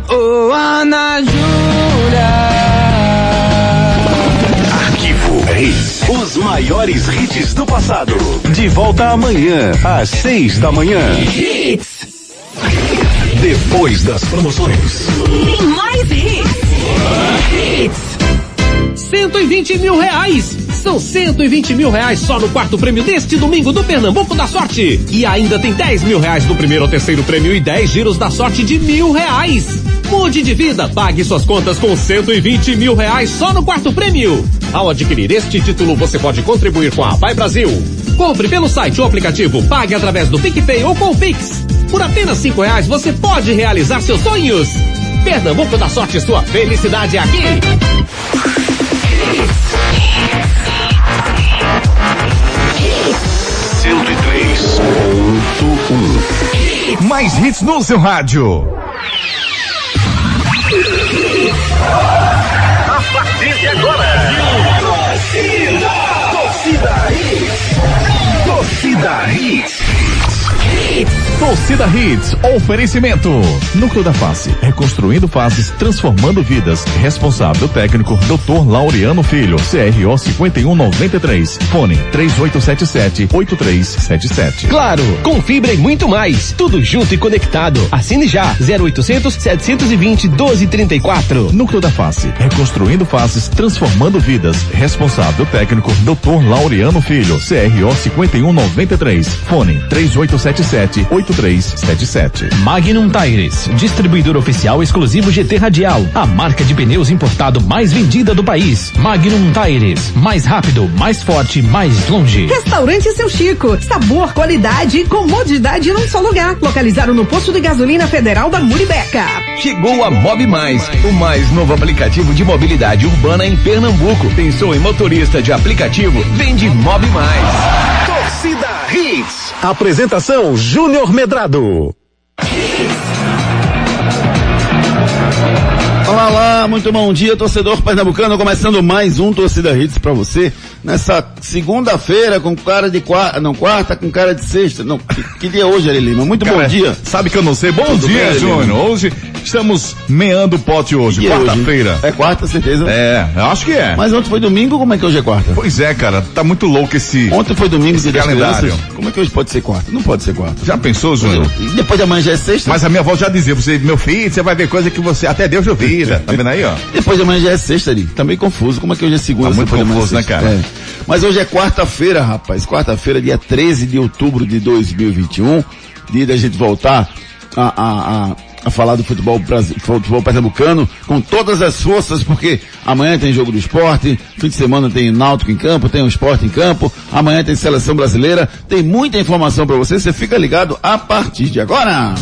Oh, Ana Júlia. Arquivo Hits. Os maiores hits do passado. De volta amanhã, às 6 da manhã. Hits. Depois das promoções. Tem mais hits. Hits. 120 mil reais. São 120 mil reais só no quarto prêmio deste domingo do Pernambuco da Sorte. E ainda tem 10 mil reais do primeiro ao terceiro prêmio e 10 giros da sorte de R$1.000. Mude de vida, pague suas contas com 120 mil reais só no quarto prêmio. Ao adquirir este título, você pode contribuir com a Vai Brasil. Compre pelo site ou aplicativo, pague através do PicPay ou com o Pix. Por apenas R$5 você pode realizar seus sonhos. Pernambuco da Sorte, sua felicidade é aqui. 103.1. Mais hits no seu rádio. A partir de agora, Torcida Hits. Torcida Hits. Torcida Hits, oferecimento. Núcleo da Face, reconstruindo faces, transformando vidas. Responsável técnico, Dr. Laureano Filho, CRO 5193. Fone 3877-8377. Claro, com fibra e muito mais. Tudo junto e conectado. Assine já, 0800-720-1234. Núcleo da Face, reconstruindo faces, transformando vidas. Responsável técnico, Dr. Laureano Filho, CRO 5193. Fone 3877-8377. Magnum Tires, distribuidor oficial exclusivo GT Radial, a marca de pneus importado mais vendida do país. Magnum Tires, mais rápido, mais forte, mais longe. Restaurante Seu Chico, sabor, qualidade e comodidade num só lugar. Localizado no posto de gasolina federal da Muribeca. Chegou a Mob Mais, o mais novo aplicativo de mobilidade urbana em Pernambuco. Pensou em motorista de aplicativo? Vem de Mob Mais. Torcida Hits. Apresentação Júnior Medrado. Olá, muito bom dia, torcedor pernambucano, começando mais um Torcida Hits pra você, nessa segunda-feira com cara de quarta com cara de sexta, não, que dia é hoje, Ari Lima? Muito bom dia. Sabe que eu não sei, bom Tudo dia, bem, Júnior, hoje estamos meando o pote hoje, quarta-feira. É quarta, certeza? É, eu acho que é. Mas ontem foi domingo, como é que hoje é quarta? Pois é, cara, tá muito louco esse... Ontem foi domingo, esse dia das calendário. crianças. Como é que hoje pode ser quarta? Não pode ser quarta. Já pensou, Júnior? E depois de amanhã já é sexta? Mas a minha avó já dizia, você, meu filho, você vai ver coisa que você, até Deus duvida, tá vendo aí, ó? Depois de amanhã já é sexta ali. Tá meio confuso. Como é que hoje é segunda? Tá muito confuso, né, cara? É. Mas hoje é quarta-feira, rapaz. Quarta-feira, dia 13 de outubro de 2021. Dia da gente voltar a falar do futebol pernambucano com todas as forças, porque amanhã tem jogo do esporte, fim de semana tem Náutico em campo, tem o esporte em campo, amanhã tem seleção brasileira, tem muita informação pra você fica ligado a partir de agora.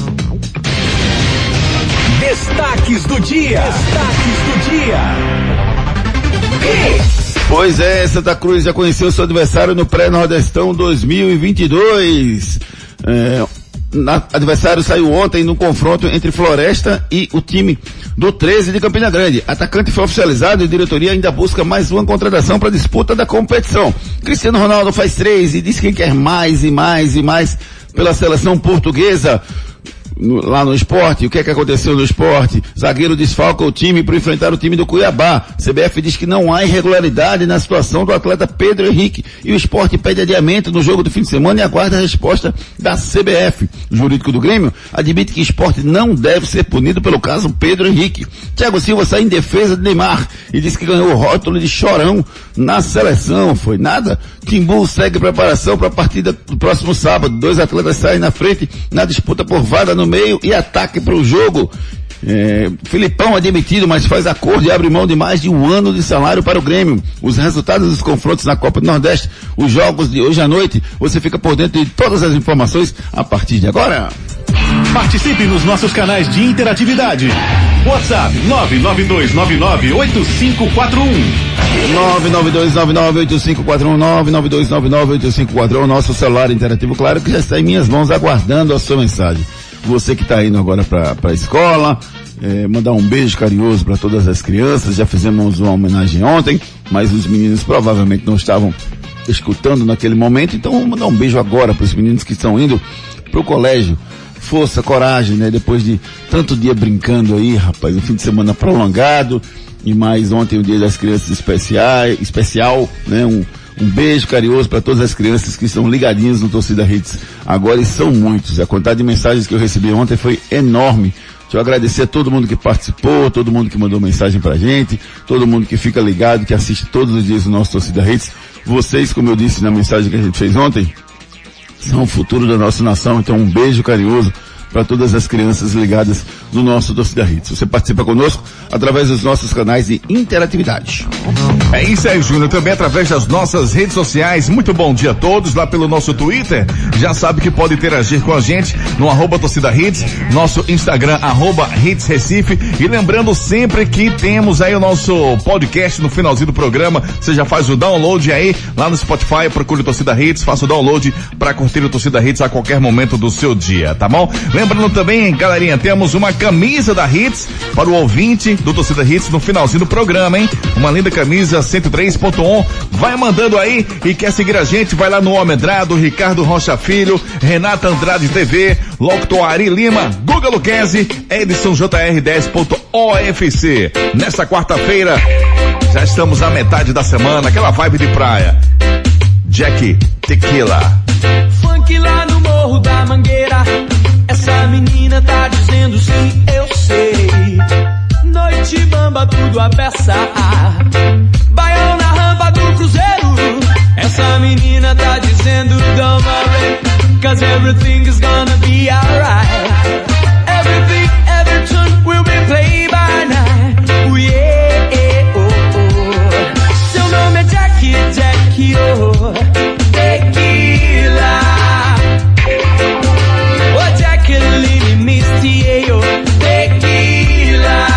Destaques do dia. Pois é, Santa Cruz já conheceu seu adversário no pré-nordestão 2022. Adversário saiu ontem no confronto entre Floresta e o time do 13 de Campina Grande. Atacante foi oficializado e a diretoria ainda busca mais uma contratação para a disputa da competição. Cristiano Ronaldo faz 3 e diz que quer mais e mais e mais pela seleção portuguesa. Lá no esporte, o que é que aconteceu no esporte? Zagueiro desfalca o time para enfrentar o time do Cuiabá. CBF diz que não há irregularidade na situação do atleta Pedro Henrique e o esporte pede adiamento no jogo do fim de semana e aguarda a resposta da CBF. O jurídico do Grêmio admite que o esporte não deve ser punido pelo caso Pedro Henrique. Thiago Silva sai em defesa de Neymar e diz que ganhou o rótulo de chorão na seleção. Foi nada? Timbu segue preparação para a partida do próximo sábado. 2 atletas saem na frente na disputa por vaga no meio e ataque para o jogo. Filipão é demitido, mas faz acordo e abre mão de mais de 1 ano de salário para o Grêmio. Os resultados dos confrontos na Copa do Nordeste, os jogos de hoje à noite, você fica por dentro de todas as informações a partir de agora. Participe nos nossos canais de interatividade. WhatsApp 992998541 992998541 nosso celular interativo, claro que já está em minhas mãos aguardando a sua mensagem. Você que está indo agora para a escola, mandar um beijo carinhoso para todas as crianças. Já fizemos uma homenagem ontem, mas os meninos provavelmente não estavam escutando naquele momento, então vamos mandar um beijo agora para os meninos que estão indo para o colégio. força, coragem, né? Depois de tanto dia brincando aí, rapaz, um fim de semana prolongado, e mais ontem o Dia das Crianças especial, né? Um beijo carinhoso para todas as crianças que estão ligadinhas no Torcida Hits agora, e são muitos. A quantidade de mensagens que eu recebi ontem foi enorme. Deixa eu agradecer a todo mundo que participou, todo mundo que mandou mensagem pra gente, todo mundo que fica ligado, que assiste todos os dias o nosso Torcida Hits. Vocês, como eu disse na mensagem que a gente fez ontem, são o futuro da nossa nação, então um beijo carinhoso para todas as crianças ligadas no nosso Torcida Hits. Você participa conosco através dos nossos canais de interatividade. É isso aí, Júnior, também através das nossas redes sociais. Muito bom dia a todos, lá pelo nosso Twitter. Já sabe que pode interagir com a gente no @Torcida Hits, nosso Instagram @Hits Recife. E lembrando sempre que temos aí o nosso podcast no finalzinho do programa. Você já faz o download aí lá no Spotify, procure o Torcida Hits, faça o download para curtir o Torcida Hits a qualquer momento do seu dia, tá bom? Lembrando também, galerinha, temos uma camisa da Hits para o ouvinte do Torcida Hits no finalzinho do programa, hein? Uma linda camisa 103.1. Vai mandando aí e quer seguir a gente, vai lá no Almedrado, Ricardo Rocha Filho, Renata Andrade TV, Locto Ari Lima, Guga Luquezzi, Edson JR10.ofc. Nesta quarta-feira, já estamos à metade da semana, aquela vibe de praia. Jack Tequila. Funk lá no Morro da Mangueira, essa menina tá dizendo sim, eu sei. Noite bamba, tudo a peça, baião na rampa do cruzeiro. Essa menina tá dizendo don't worry, cause everything is gonna be alright. Everything, Everton will be played by night. Oh yeah, oh oh. Seu nome é Jack, Jack, oh. Tequila. Oh Jacqueline, Misty, oh. Tequila.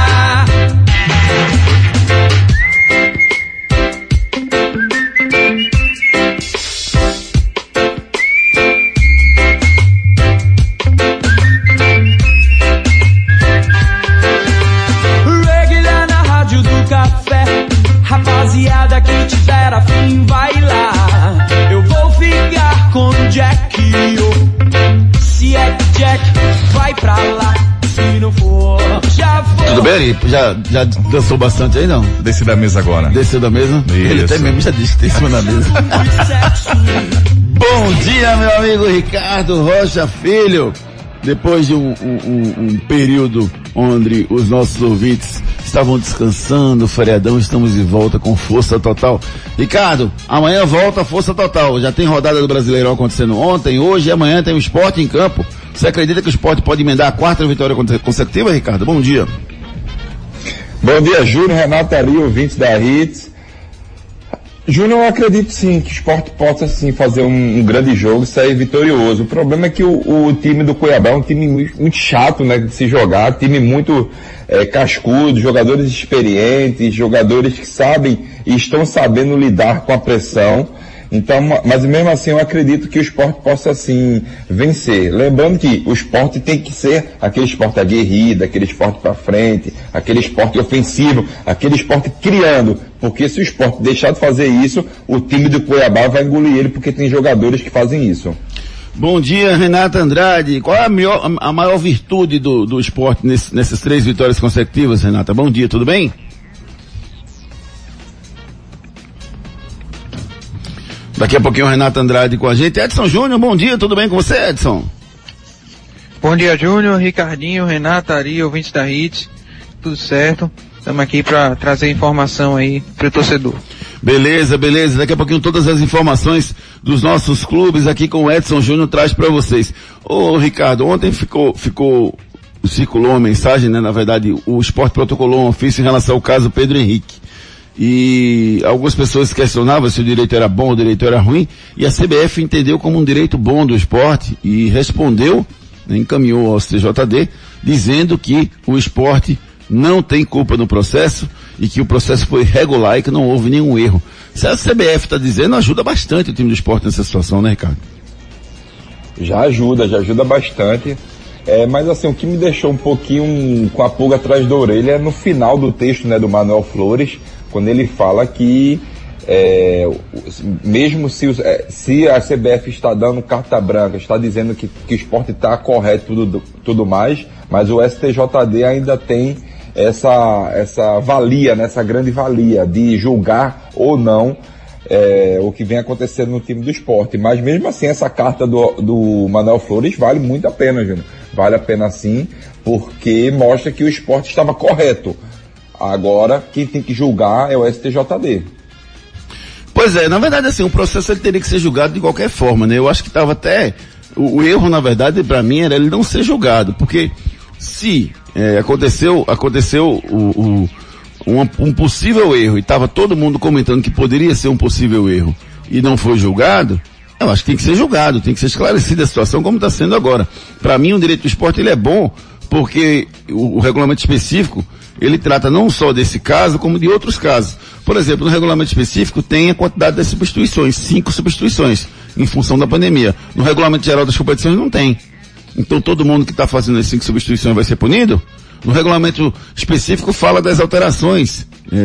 Regular na rádio do café, rapaziada que tiver afim vai lá. Eu vou ficar com Jack, oh. Se é Jack, vai pra lá. Se não for, já foi. Tudo bem, Ari? Já dançou bastante aí, não? Desci da mesa agora. Desceu da mesa? Isso. Ele até mesmo já disse que tem em cima da mesa. Bom dia, meu amigo Ricardo Rocha Filho. Depois de um período onde os nossos ouvintes estavam descansando, feriadão, estamos de volta com força total. Ricardo, amanhã volta a força total. Já tem rodada do Brasileirão acontecendo ontem, hoje e amanhã tem o Sport em campo. Você acredita que o Sport pode emendar a 4ª vitória consecutiva, Ricardo? Bom dia. Bom dia, Júnior, Renato Ari, ouvintes da Hits. Júnior, eu acredito sim que o Sport possa sim fazer um grande jogo e sair vitorioso. O problema é que o time do Cuiabá é um time muito chato, né, de se jogar, time muito cascudo, jogadores experientes, jogadores que sabem e estão sabendo lidar com a pressão. Então, mas mesmo assim eu acredito que o Sport possa assim vencer. Lembrando que o Sport tem que ser aquele esporte aguerrido, aquele esporte para frente, aquele esporte ofensivo, aquele esporte criando. Porque se o Sport deixar de fazer isso, o time do Cuiabá vai engolir ele, porque tem jogadores que fazem isso. Bom dia, Renata Andrade. Qual é a maior virtude do Sport nessas 3 vitórias consecutivas, Renata? Bom dia, tudo bem? Daqui a pouquinho o Renato Andrade com a gente. Edson Júnior, bom dia, tudo bem com você, Edson? Bom dia, Júnior, Ricardinho, Renata, Ari, ouvintes da Hits, tudo certo? Estamos aqui para trazer informação aí pro torcedor. Beleza, beleza. Daqui a pouquinho todas as informações dos nossos clubes aqui com o Edson Júnior traz para vocês. Ô, Ricardo, ontem circulou uma mensagem, né? Na verdade, o Sport protocolou um ofício em relação ao caso Pedro Henrique. E algumas pessoas questionavam se o direito era bom ou o direito era ruim, e a CBF entendeu como um direito bom do esporte e respondeu, né, encaminhou ao CJD, dizendo que o esporte não tem culpa no processo e que o processo foi regular e que não houve nenhum erro. Se a CBF está dizendo, ajuda bastante o time do esporte nessa situação, né, Ricardo? Já ajuda bastante. Mas assim, o que me deixou um pouquinho com a pulga atrás da orelha é no final do texto, né, do Manuel Flores, quando ele fala que mesmo se a CBF está dando carta branca, está dizendo que o Sport está correto tudo mais, mas o STJD ainda tem essa valia, né, essa grande valia de julgar ou não o que vem acontecendo no time do Sport. Mas mesmo assim, essa carta do Manuel Flores vale muito a pena, Júnior. Vale a pena sim, porque mostra que o Sport estava correto. Agora, quem tem que julgar é o STJD. Pois é, na verdade, assim, o processo ele teria que ser julgado de qualquer forma, né? Eu acho que estava até... O erro, na verdade, para mim, era ele não ser julgado, porque se aconteceu um possível erro e estava todo mundo comentando que poderia ser um possível erro e não foi julgado, eu acho que tem que ser julgado, tem que ser esclarecida a situação como está sendo agora. Para mim, o direito do esporte ele é bom porque o regulamento específico ele trata não só desse caso, como de outros casos. Por exemplo, no regulamento específico tem a quantidade das substituições, 5 substituições, em função da pandemia. No regulamento geral das competições não tem. Então todo mundo que está fazendo as 5 substituições vai ser punido? No regulamento específico fala das alterações,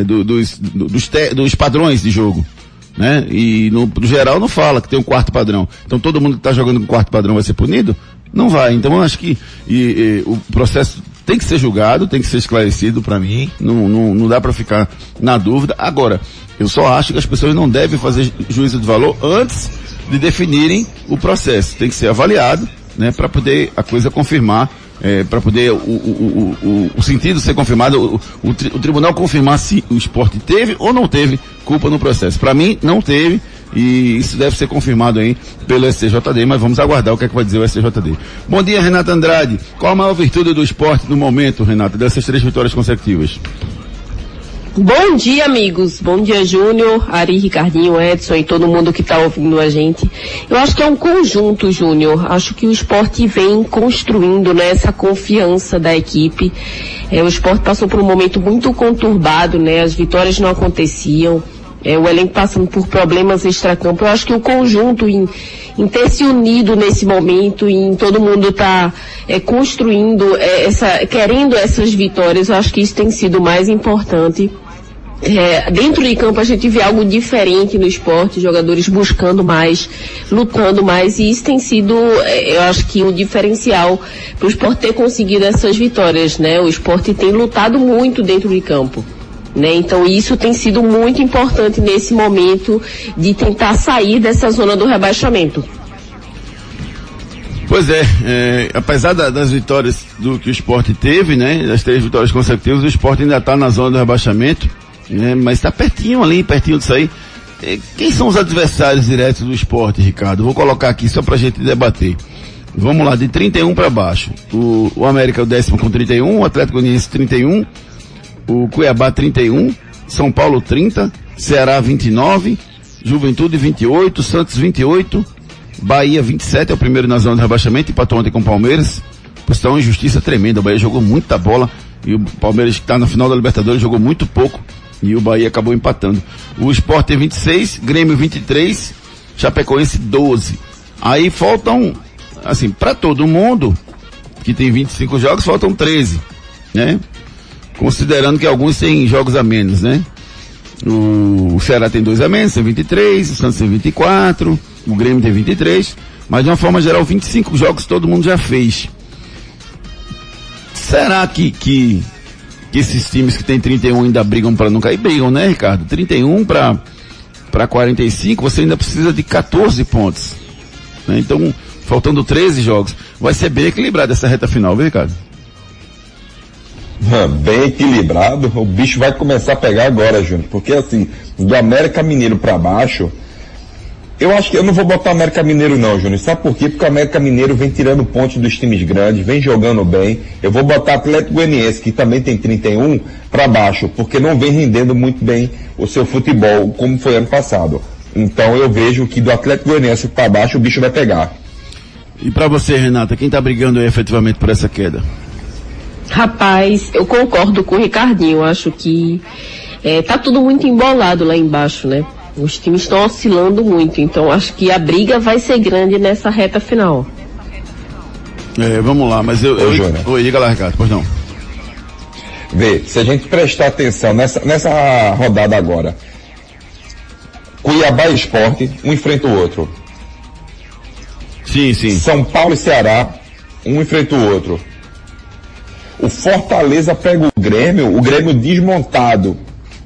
dos padrões de jogo, né? E no geral não fala que tem um quarto padrão. Então todo mundo que está jogando com quarto padrão vai ser punido? Não vai. Então eu acho que o processo tem que ser julgado, tem que ser esclarecido para mim, não dá para ficar na dúvida. Agora, eu só acho que as pessoas não devem fazer juízo de valor antes de definirem o processo. Tem que ser avaliado, né, para poder a coisa confirmar, para poder o sentido ser confirmado, o tribunal confirmar se o Sport teve ou não teve culpa no processo. Para mim, não teve. E isso deve ser confirmado aí pelo STJD, mas vamos aguardar o que é que vai dizer o STJD. Bom dia, Renata Andrade. Qual a maior virtude do Sport no momento, Renata, dessas 3 vitórias consecutivas? Bom dia, amigos. Bom dia, Júnior, Ari, Ricardinho, Edson e todo mundo que está ouvindo a gente. Eu acho que é um conjunto, Júnior. Acho que o Sport vem construindo, né, essa confiança da equipe. O Sport passou por um momento muito conturbado, né? As vitórias não aconteciam. O elenco passando por problemas extracampo. Eu acho que o conjunto em ter se unido nesse momento, em todo mundo tá construindo, querendo essas vitórias, eu acho que isso tem sido o mais importante. Dentro de campo a gente vê algo diferente no esporte, jogadores buscando mais, lutando mais, e isso tem sido, eu acho que um diferencial para o Sport ter conseguido essas vitórias, né? O Sport tem lutado muito dentro de campo. Né? Então isso tem sido muito importante nesse momento de tentar sair dessa zona do rebaixamento. Pois apesar das vitórias que o Sport teve, né, das 3 vitórias consecutivas, o Sport ainda está na zona do rebaixamento, né, mas está pertinho disso aí. Quem são os adversários diretos do Sport, Ricardo? Vou colocar aqui só pra gente debater. Vamos lá, de 31 para baixo. O América é o 10º com 31, o Atlético Goianiense 31, o Cuiabá 31, São Paulo 30, Ceará 29, Juventude 28, Santos 28, Bahia 27, é o primeiro na zona de rebaixamento, empatou ontem com o Palmeiras. Está uma injustiça tremenda, o Bahia jogou muita bola e o Palmeiras que está na final da Libertadores jogou muito pouco e o Bahia acabou empatando. O Sport tem 26, Grêmio 23, Chapecoense 12. Aí faltam, assim, para todo mundo que tem 25 jogos, faltam 13, né? Considerando que alguns têm jogos a menos, né? O Ceará tem 2 a menos, tem 23, o Santos tem 24, o Grêmio tem 23, mas de uma forma geral 25 jogos todo mundo já fez. Será que esses times que tem 31 ainda brigam para não cair? Brigam, né, Ricardo? 31 para 45, você ainda precisa de 14 pontos, né? Então, faltando 13 jogos, vai ser bem equilibrado essa reta final, viu, Ricardo? Bem equilibrado, o bicho vai começar a pegar agora, Júnior, porque assim, do América Mineiro para baixo, eu acho que eu não vou botar América Mineiro não, Júnior, sabe por quê? Porque o América Mineiro vem tirando pontos dos times grandes, vem jogando bem. Eu vou botar Atlético Goianiense, que também tem 31, para baixo, porque não vem rendendo muito bem o seu futebol, como foi ano passado. Então eu vejo que do Atlético Goianiense para baixo o bicho vai pegar. E para você, Renata, quem tá brigando aí efetivamente por essa queda? Rapaz, eu concordo com o Ricardinho, acho que tá tudo muito embolado lá embaixo, né? Os times estão oscilando muito, então acho que a briga vai ser grande nessa reta final. Vamos lá, mas Oi, diga lá, Ricardo, pois não. Vê, se a gente prestar atenção nessa rodada agora, Cuiabá e Sport, um enfrenta o outro. Sim. São Paulo e Ceará, um enfrenta o outro. O Fortaleza pega o Grêmio desmontado.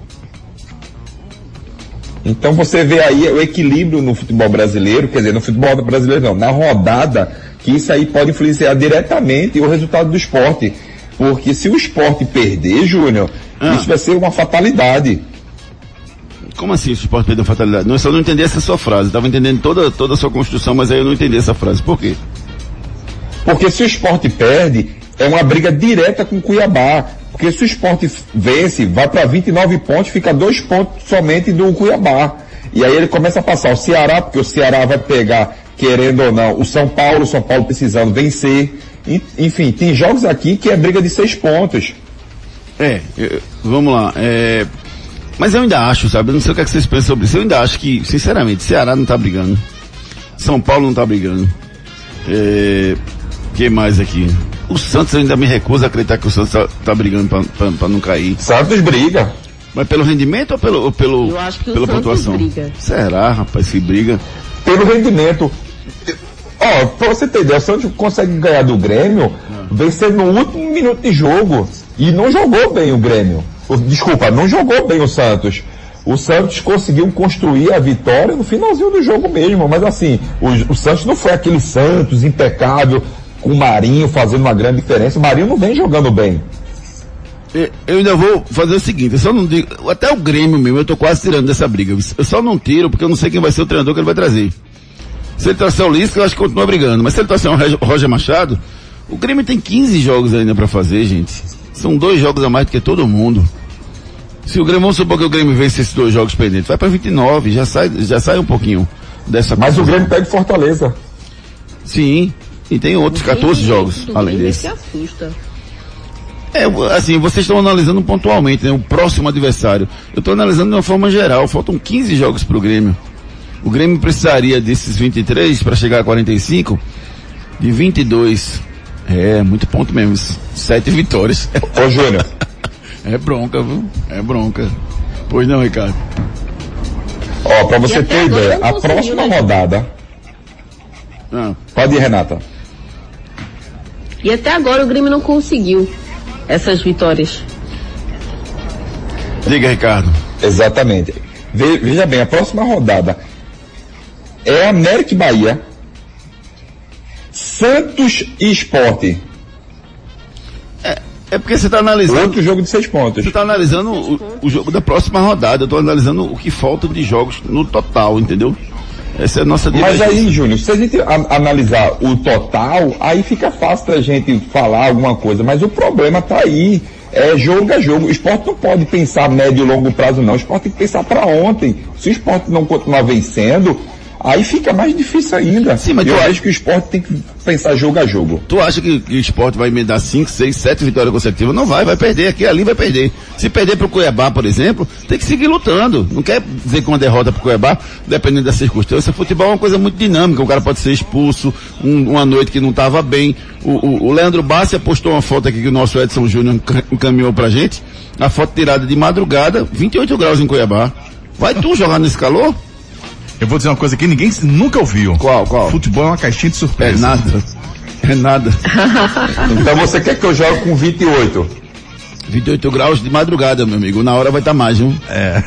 Então você vê aí o equilíbrio no futebol brasileiro, quer dizer, no futebol brasileiro não, na rodada, que isso aí pode influenciar diretamente o resultado do Sport. Porque se o Sport perder, Júnior, isso vai ser uma fatalidade. Como assim o Sport perdeu a fatalidade? Não, eu só não entendi essa sua frase. Estava entendendo toda a sua construção, mas aí eu não entendi essa frase. Por quê? Porque se o Sport perde, é uma briga direta com o Cuiabá. Porque se o Sport vence, vai para 29 pontos, fica 2 pontos somente do Cuiabá. E aí ele começa a passar o Ceará, porque o Ceará vai pegar, querendo ou não, o São Paulo precisando vencer. Enfim, tem jogos aqui que é briga de 6 pontos. Vamos lá. Mas eu ainda acho, sabe? Eu não sei o que é que vocês pensam sobre isso. Eu ainda acho que, sinceramente, Ceará não tá brigando. São Paulo não tá brigando. Que mais aqui? O Santos, eu ainda me recuso a acreditar que o Santos tá brigando pra não cair. Santos briga. Mas pelo rendimento ou pela pontuação? Briga. Será, rapaz, que briga? Pelo rendimento. Pra você ter ideia, o Santos consegue ganhar do Grêmio, vencendo no último minuto de jogo. E não jogou bem o Grêmio. Desculpa, não jogou bem o Santos. O Santos conseguiu construir a vitória no finalzinho do jogo mesmo, mas assim, o Santos não foi aquele Santos impecável, com o Marinho fazendo uma grande diferença. O Marinho não vem jogando bem. Eu ainda vou fazer o seguinte, eu só não digo, até o Grêmio mesmo, eu tô quase tirando dessa briga. Eu só não tiro porque eu não sei quem vai ser o treinador que ele vai trazer. Se ele trouxer o Lisca, eu acho que continua brigando, mas se ele trouxer o Roger Machado, o Grêmio tem 15 jogos ainda pra fazer, gente. São 2 jogos a mais do que todo mundo. Se o Grêmio, vamos supor que o Grêmio vence esses 2 jogos pendentes, vai pra 29, já sai um pouquinho dessa. Mas o Grêmio pega Fortaleza. Sim, e tem outros 14 jogos, além desse. Assusta. Assim, vocês estão analisando pontualmente, né, o próximo adversário. Eu estou analisando de uma forma geral, faltam 15 jogos pro Grêmio. O Grêmio precisaria desses 23 para chegar a 45, de 22. Muito ponto mesmo, 7 vitórias. Ô, Júnior. É bronca, viu? É bronca. Pois não, Ricardo? Pra você ter ideia, a próxima rodada... Pode ir, Renata. E até agora o Grêmio não conseguiu essas vitórias. Diga, Ricardo. Exatamente. Veja bem, a próxima rodada é América e Bahia, Santos e Sport. É porque você está analisando... Outro jogo de 6 pontos. Você está analisando o jogo da próxima rodada. Eu estou analisando o que falta de jogos no total, entendeu? Essa é a nossa divergência. Mas aí, Júnior, se a gente analisar o total, aí fica fácil da gente falar alguma coisa. Mas o problema está aí. Jogo a jogo. O Sport não pode pensar médio e longo prazo, não. O Sport tem que pensar para ontem. Se o Sport não continuar vencendo, aí fica mais difícil ainda. Sim, mas eu acho que o Sport tem que pensar jogo a jogo. Tu acha que o Sport vai emendar 5, 6, 7 vitórias consecutivas? Não vai perder. Aqui ali vai perder. Se perder pro Cuiabá, por exemplo, tem que seguir lutando. Não quer dizer que uma derrota pro Cuiabá, dependendo da circunstância. Futebol é uma coisa muito dinâmica. O cara pode ser expulso uma noite que não estava bem. O Leandro Bassi postou uma foto aqui que o nosso Edson Júnior encaminhou pra gente. A foto tirada de madrugada, 28 graus em Cuiabá. Vai tu jogar nesse calor? Eu vou dizer uma coisa que ninguém nunca ouviu. Qual? Futebol é uma caixinha de surpresa. É nada. Então você quer que eu jogue com 28? 28 graus de madrugada, meu amigo. Na hora vai estar mais, viu?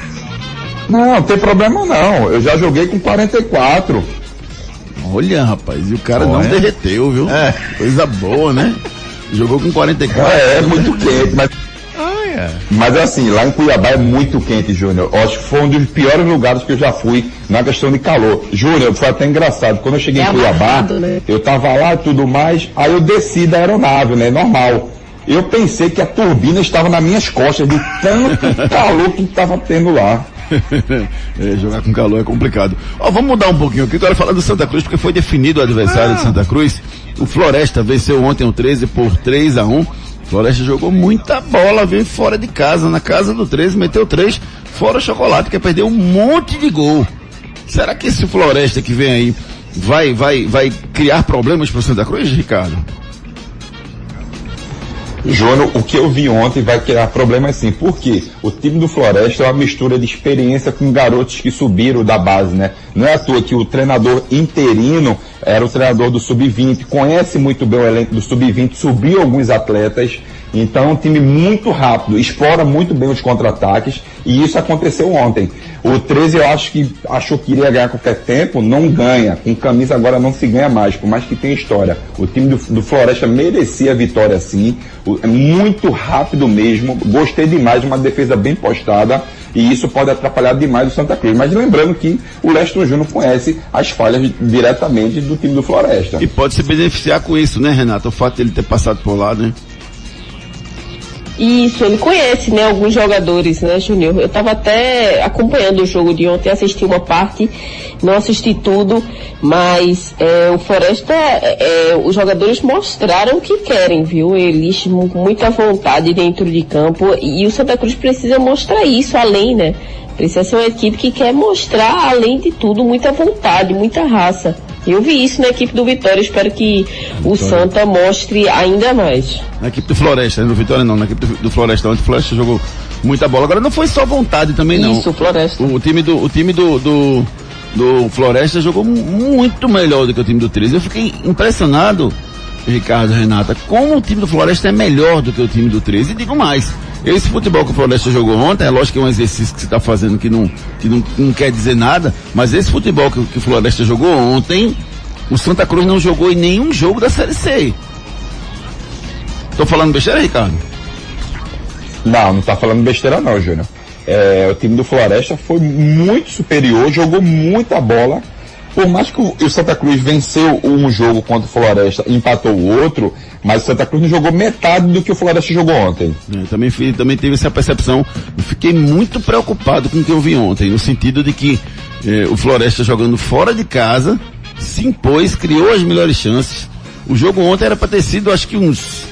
Não tem problema não. Eu já joguei com 44. Olha, rapaz, e o cara não derreteu, viu? Coisa boa, né? Jogou com 44. É muito quente, mas... Mas assim, lá em Cuiabá é muito quente, Júnior. Acho que foi um dos piores lugares que eu já fui na questão de calor. Júnior, foi até engraçado. Quando eu cheguei em Cuiabá, né? Eu tava lá e tudo mais, aí eu desci da aeronave, né? Normal. Eu pensei que a turbina estava nas minhas costas, de tanto calor que estava tendo lá. Jogar com calor é complicado. Vamos mudar um pouquinho aqui. Agora falar do Santa Cruz, porque foi definido o adversário de Santa Cruz. O Floresta venceu ontem o 13 por 3-1. Floresta jogou muita bola, veio fora de casa, na casa do 13, meteu 3, fora o Chocolate, que perdeu um monte de gol. Será que esse Floresta que vem aí vai criar problemas para o Santa Cruz, Ricardo? Júnior, o que eu vi ontem vai criar problemas sim, porque o time do Floresta é uma mistura de experiência com garotos que subiram da base, né? Não é à toa que o treinador interino era o treinador do Sub-20, conhece muito bem o elenco do Sub-20, subiu alguns atletas, então é um time muito rápido, explora muito bem os contra-ataques, e isso aconteceu ontem. O 13 eu acho que achou que iria ganhar a qualquer tempo, não ganha, com camisa agora não se ganha mais, por mais que tenha história. O time do Floresta merecia a vitória sim, é muito rápido mesmo, gostei demais, uma defesa bem postada, e isso pode atrapalhar demais o Santa Cruz. Mas lembrando que o Leston Júnior conhece as falhas diretamente do time do Floresta. E pode se beneficiar com isso, né, Renato? O fato de ele ter passado por lá, né? Isso, ele conhece, né, alguns jogadores, né, Júnior? Eu estava até acompanhando o jogo de ontem, assisti uma parte, não assisti tudo, mas o Floresta, os jogadores mostraram o que querem, viu? Eles com muita vontade dentro de campo, e o Santa Cruz precisa mostrar isso além, né? Precisa ser uma equipe que quer mostrar, além de tudo, muita vontade, muita raça. Eu vi isso na equipe do Vitória, espero que o Santa mostre ainda mais. Na equipe do Floresta, do Vitória não, na equipe do Floresta, onde o Floresta jogou muita bola. Agora não foi só vontade também não. Isso, Floresta. O time do Floresta jogou muito melhor do que o time do 13. Eu fiquei impressionado, Ricardo, Renata, como o time do Floresta é melhor do que o time do 13. E digo mais, esse futebol que o Floresta jogou ontem, é lógico que é um exercício que você está fazendo que não quer dizer nada, mas esse futebol que o Floresta jogou ontem, o Santa Cruz não jogou em nenhum jogo da Série C. Tô falando besteira, Ricardo? Não tá falando besteira não, Júnior. O time do Floresta foi muito superior, jogou muita bola. Por mais que o Santa Cruz venceu um jogo contra o Floresta, empatou o outro, mas o Santa Cruz não jogou metade do que o Floresta jogou ontem. Também teve essa percepção. Eu fiquei muito preocupado com o que eu vi ontem, no sentido de que o Floresta jogando fora de casa se impôs, criou as melhores chances. O jogo ontem era para ter sido, acho que uns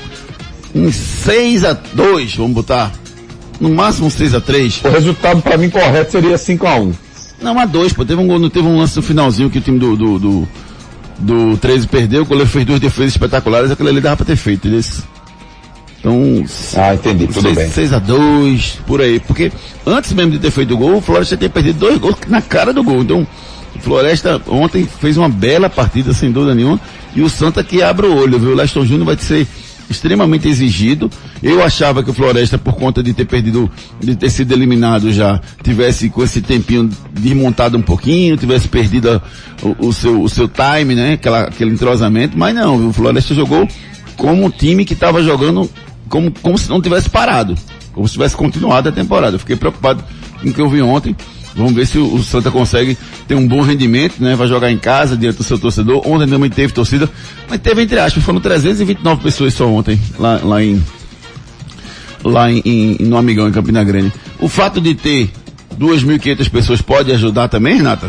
6-2, vamos botar. No máximo 6-3. O resultado para mim correto seria 5-1. Não, 2, pô. Teve um lance no finalzinho que o time do 13 perdeu, o goleiro fez 2 defesas espetaculares, aquele ali dava pra ter feito, entendeu? Então... entendi, tudo bem. 6-2, por aí. Porque antes mesmo de ter feito o gol, o Floresta tinha perdido 2 gols na cara do gol. Então, o Floresta ontem fez uma bela partida, sem dúvida nenhuma, e o Santa que abre o olho, viu? O Leston Júnior vai ser extremamente exigido. Eu achava que o Floresta, por conta de ter sido eliminado já, tivesse com esse tempinho desmontado um pouquinho, tivesse perdido o seu time, né? Aquele entrosamento, mas não, o Floresta jogou como um time que estava jogando como se não tivesse parado, como se tivesse continuado a temporada. Eu fiquei preocupado com o que eu vi ontem. Vamos ver se o Santa consegue ter um bom rendimento, né? Vai jogar em casa, diante do seu torcedor. Ontem também teve torcida, mas teve entre aspas, foram 329 pessoas só ontem, no Amigão, em Campina Grande. O fato de ter 2.500 pessoas pode ajudar também, Renata?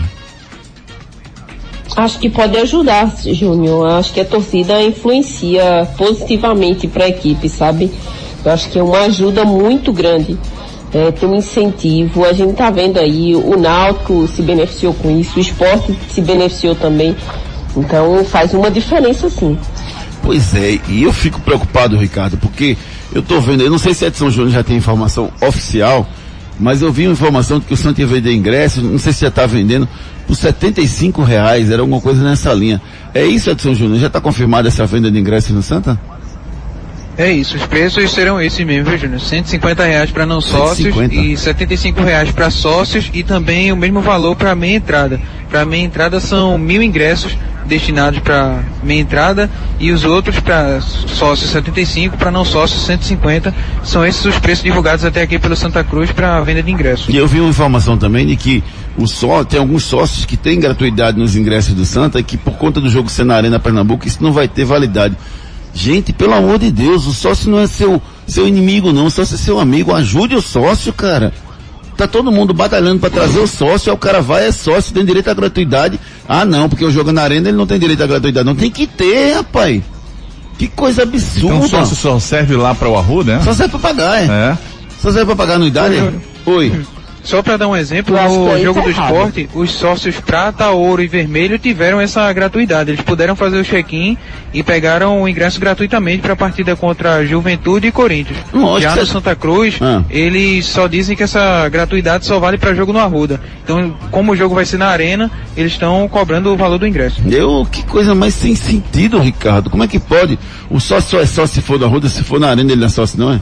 Acho que pode ajudar, Júnior. Acho que a torcida influencia positivamente para a equipe, sabe? Eu acho que é uma ajuda muito grande. Tem um incentivo, a gente tá vendo aí, o Náutico se beneficiou com isso, o Sport se beneficiou também, então faz uma diferença sim. Pois é, e eu fico preocupado, Ricardo, porque eu tô vendo, eu não sei se a Edson Júnior já tem informação oficial, mas eu vi uma informação de que o Santa ia vender ingressos, não sei se já tá vendendo, por R$75, era alguma coisa nessa linha. É isso, Edson Júnior? Já tá confirmada essa venda de ingressos no Santa? É isso, os preços serão esses mesmo, viu, Júnior? R$150 para não sócios e R$75 para sócios e também o mesmo valor para meia entrada. Para meia entrada são 1.000 ingressos destinados para meia entrada e os outros para sócios 75, para não sócios 150. São esses os preços divulgados até aqui pelo Santa Cruz para a venda de ingressos. E eu vi uma informação também de que tem alguns sócios que têm gratuidade nos ingressos do Santa e que por conta do jogo ser na Arena Pernambuco isso não vai ter validade. Gente, pelo amor de Deus, o sócio não é seu inimigo não, o sócio é seu amigo, ajude o sócio, cara. Tá todo mundo batalhando pra trazer o sócio, aí o cara vai, é sócio, tem direito à gratuidade. Ah não, porque o jogo na Arena ele não tem direito à gratuidade, não tem que ter, rapaz. Que coisa absurda. Então o sócio só serve lá para o Arruda, né? Só serve pra pagar, Só serve pra pagar a anuidade? Oi. Só para dar um exemplo, no jogo do esporte, os sócios prata, ouro e vermelho tiveram essa gratuidade. Eles puderam fazer o check-in e pegaram o ingresso gratuitamente para a partida contra Juventude e Corinthians. Já no Santa Cruz, eles só dizem que essa gratuidade só vale para jogo no Arruda. Então, como o jogo vai ser na Arena, eles estão cobrando o valor do ingresso. Que coisa mais sem sentido, Ricardo. Como é que pode? O sócio só é sócio se for no Arruda, se for na Arena ele não é sócio, não é?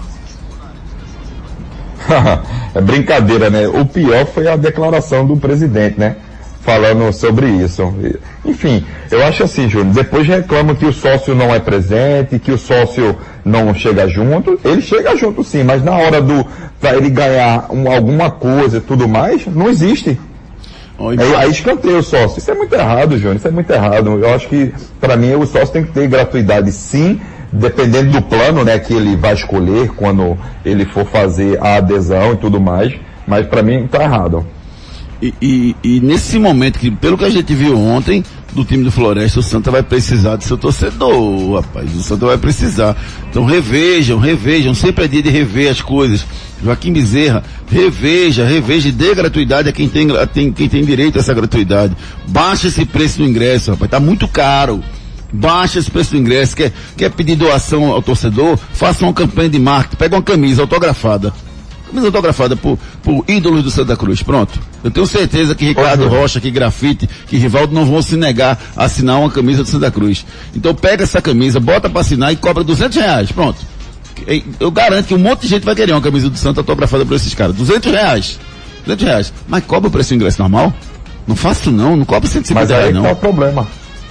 É brincadeira, né? O pior foi a declaração do presidente, né? Falando sobre isso. Enfim, eu acho assim, Júnior, depois reclamam que o sócio não é presente, que o sócio não chega junto. Ele chega junto sim, mas na hora pra ele ganhar alguma coisa e tudo mais, não existe. Aí escanteia o sócio. Isso é muito errado, Júnior, isso é muito errado. Eu acho que, para mim, o sócio tem que ter gratuidade sim, dependendo do plano, né, que ele vai escolher quando ele for fazer a adesão e tudo mais, mas para mim tá errado. E nesse momento, que pelo que a gente viu ontem, do time do Floresta, o Santa vai precisar do seu torcedor, rapaz, o Santa vai precisar. Então revejam, sempre é dia de rever as coisas. Joaquim Bezerra, reveja e dê gratuidade a quem tem direito a essa gratuidade. Baixa esse preço do ingresso, rapaz, tá muito caro. Baixa esse preço do ingresso, quer pedir doação ao torcedor, faça uma campanha de marketing, pega uma camisa autografada por ídolos do Santa Cruz, pronto. Eu tenho certeza que Ricardo Rocha, que Grafite, que Rivaldo não vão se negar a assinar uma camisa do Santa Cruz. Então pega essa camisa, bota pra assinar e cobra R$200, pronto. Eu garanto que um monte de gente vai querer uma camisa do Santa autografada por esses caras, R$200, mas cobra o preço do ingresso normal? Não faço não cobra R$150 não. Mas aí tá o problema.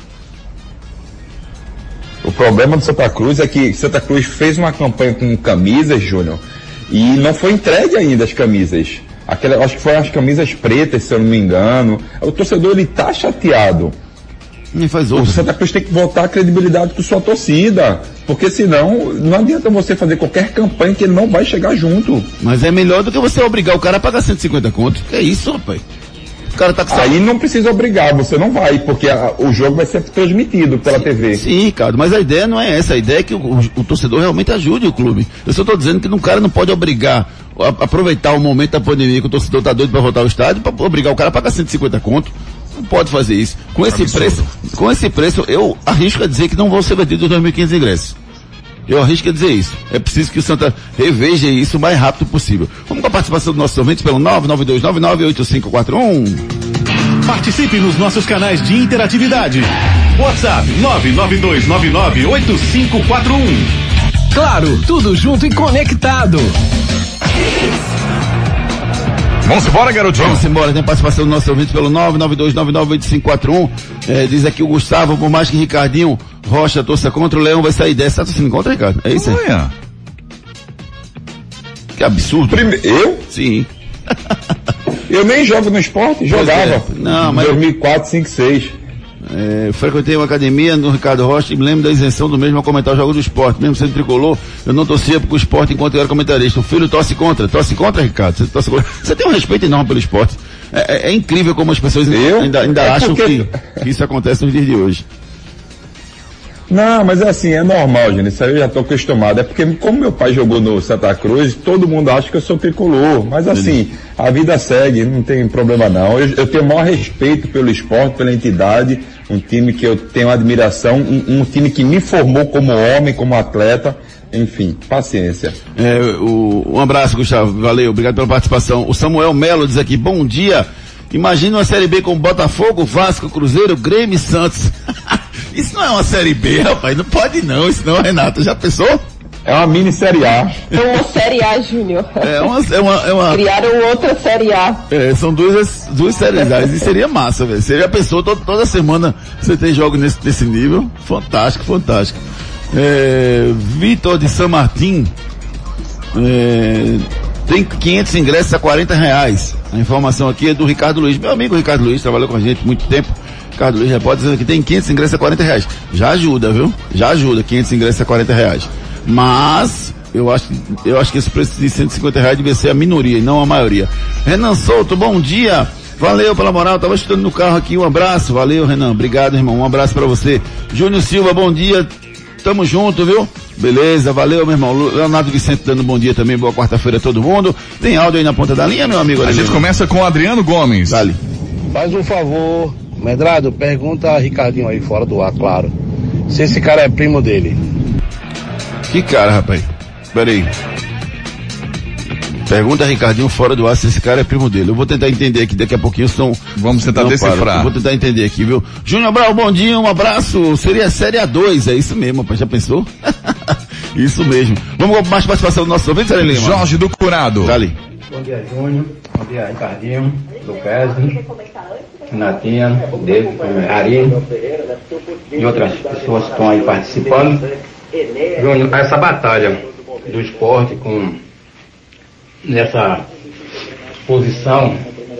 O problema do Santa Cruz é que Santa Cruz fez uma campanha com camisas, Júnior, e não foi entregue ainda as camisas. Acho que foram as camisas pretas, se eu não me engano. O torcedor, ele tá chateado. O Santa Cruz tem que voltar a credibilidade com sua torcida, porque senão não adianta você fazer qualquer campanha que ele não vai chegar junto. Mas é melhor do que você obrigar o cara a pagar 150 conto. Que é isso, rapaz? O cara tá com aí não precisa obrigar, você não vai, porque o jogo vai ser transmitido pela TV. Sim, Ricardo, mas a ideia não é essa. A ideia é que o torcedor realmente ajude o clube. Eu só estou dizendo que o cara não pode obrigar, aproveitar o momento da pandemia que o torcedor tá doido para voltar ao estádio, para obrigar o cara a pagar 150 conto. Não pode fazer isso. Com esse preço, eu arrisco a dizer que não vão ser vendidos 2.500 ingressos. Eu arrisco a dizer isso. É preciso que o Santa reveja isso o mais rápido possível. Vamos com a participação dos nossos ouvintes pelo 992998541. Participe nos nossos canais de interatividade. WhatsApp 992998541. Claro, tudo junto e conectado. Vamos embora, garotinho. Vamos embora, tem participação do nosso ouvinte pelo 992998541. Diz aqui o Gustavo, por mais que Ricardinho Rocha torça contra, o Leão vai sair dessa. Tá torcendo contra, Ricardo? É isso aí? Que absurdo. Eu? Sim. Eu nem jogo no esporte, jogava. Não, mas 2004, 5, 6. Frequentei uma academia no Ricardo Rocha e me lembro da isenção do mesmo a comentar os jogos do esporte. Mesmo sendo tricolor, eu não torcia pro esporte enquanto eu era comentarista. O filho torce contra, Ricardo. Você tem um respeito enorme pelo esporte. É incrível como as pessoas ainda acham que isso acontece nos dias de hoje. Não, mas é assim, é normal, gente. Isso aí eu já tô acostumado. É porque, como meu pai jogou no Santa Cruz, todo mundo acha que eu sou tricolor. Mas assim, a vida segue, não tem problema não. Eu tenho o maior respeito pelo esporte, pela entidade, um time que eu tenho admiração, um time que me formou como homem, como atleta. Enfim, paciência. Um abraço, Gustavo. Valeu, obrigado pela participação. O Samuel Melo diz aqui, bom dia. Imagina uma Série B com Botafogo, Vasco, Cruzeiro, Grêmio e Santos. Isso não é uma Série B, rapaz. Não pode não, isso não, Renato. Já pensou? É uma mini Série A. É uma Série A, Júnior. É uma... Criaram outra Série A. São duas séries A. E seria massa, velho. Você já pensou, toda semana você tem jogos nesse nível? Fantástico, fantástico. Vitor de San Martín. Tem 500 ingressos a R$40. A informação aqui é do Ricardo Luiz. Meu amigo Ricardo Luiz, trabalhou com a gente há muito tempo. Ricardo Luiz já pode dizer que tem 500 ingressos a R$40. Já ajuda, viu? Já ajuda, 500 ingressos a R$40. Mas, eu acho que esse preço de R$150 deve ser a minoria e não a maioria. Renan Souto, bom dia. Valeu pela moral, tava estudando no carro aqui, um abraço. Valeu, Renan, obrigado, irmão, um abraço pra você. Júnior Silva, bom dia. Tamo junto, viu? Beleza, valeu, meu irmão. Leonardo Vicente dando bom dia também, boa quarta-feira a todo mundo. Tem áudio aí na ponta da linha, meu amigo? A gente começa com o Adriano Gomes. Dale. Faz um favor, Medrado, pergunta a Ricardinho aí fora do ar, claro, se esse cara é primo dele. Que cara, rapaz? Pera aí. Pergunta a Ricardinho fora do ar se esse cara é primo dele. Eu vou tentar entender aqui, daqui a pouquinho vamos tentar decifrar. Eu vou tentar entender aqui, viu? Júnior Brau, bom dia, um abraço. Seria Série A2, é isso mesmo, rapaz, já pensou? Isso mesmo. Vamos com mais participação do nosso ouvinte, Lima? Jorge do Curado. Dali. Bom dia, Júnior. Bom dia, Ricardinho, Lucas, Renatinha, David, Ari e outras pessoas que estão aí participando. Júnior, essa batalha do esporte nessa posição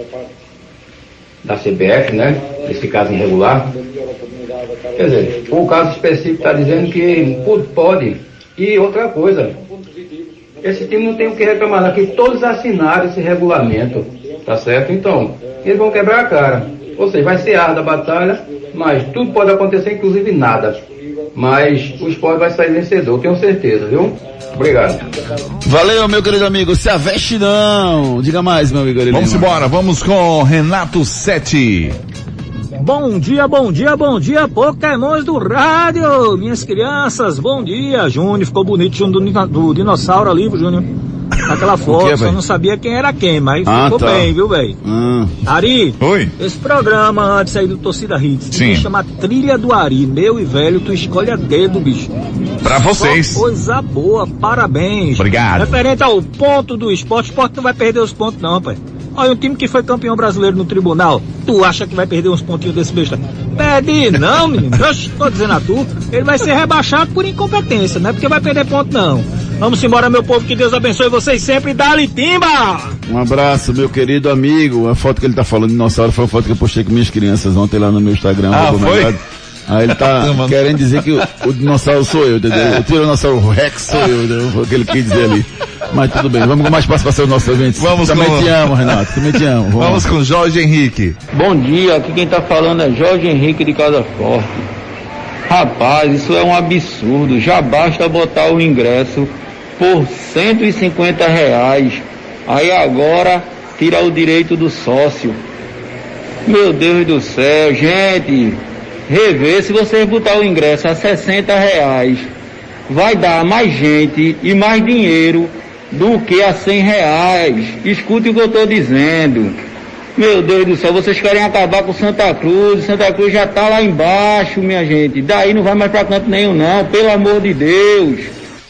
da CBF, né? Nesse caso irregular. Quer dizer, o caso específico está dizendo que pode. E outra coisa, esse time não tem o que reclamar, aqui todos assinaram esse regulamento, tá certo? Então, eles vão quebrar a cara. Ou seja, vai ser árdua a batalha, mas tudo pode acontecer, inclusive nada. Mas o esporte vai sair vencedor, tenho certeza, viu? Obrigado. Valeu, meu querido amigo. Se aveste não. Diga mais, meu amigo. Vamos embora, vamos com Renato Sete. Bom dia, Pokémons do rádio, minhas crianças, bom dia. Júnior, ficou bonito junto do dinossauro ali, Júnior. Naquela foto, só não sabia quem era quem, mas ficou bem, viu, velho? Ari, oi. Esse programa antes aí do Torcida Hits, se chama Trilha do Ari, meu e velho, tu escolhe a dedo, bicho. Pra vocês. Só coisa boa, parabéns. Obrigado. Referente ao ponto do esporte, o esporte não vai perder os pontos não, pai. Olha, um time que foi campeão brasileiro no tribunal, tu acha que vai perder uns pontinhos desse besta? Perde não, menino. Oxe, tô dizendo a tu, ele vai ser rebaixado por incompetência, não é porque vai perder ponto não. Vamos embora, meu povo, que Deus abençoe vocês sempre, dá-lhe timba! Um abraço, meu querido amigo. A foto que ele tá falando de dinossauro foi a foto que eu postei com minhas crianças ontem lá no meu Instagram. Foi? Aí ele tá querendo dizer que o dinossauro sou eu, entendeu? O Tiranossauro Rex sou eu, entendeu? Foi o que ele quis dizer ali. Mas tudo bem, vamos com mais participação dos nossos ouvintes. Também te amo, Renato, também te amo. Vamos com Jorge Henrique. Bom dia, aqui quem tá falando é Jorge Henrique de Casa Forte. Rapaz, isso é um absurdo, já basta botar o ingresso por R$150, aí agora tira o direito do sócio. Meu Deus do céu, gente, rever, se vocês botar o ingresso a R$60, vai dar mais gente e mais dinheiro do que a R$100. Escute o que eu estou dizendo. Meu Deus do céu, vocês querem acabar com Santa Cruz já está lá embaixo, minha gente. Daí não vai mais para canto nenhum não, pelo amor de Deus.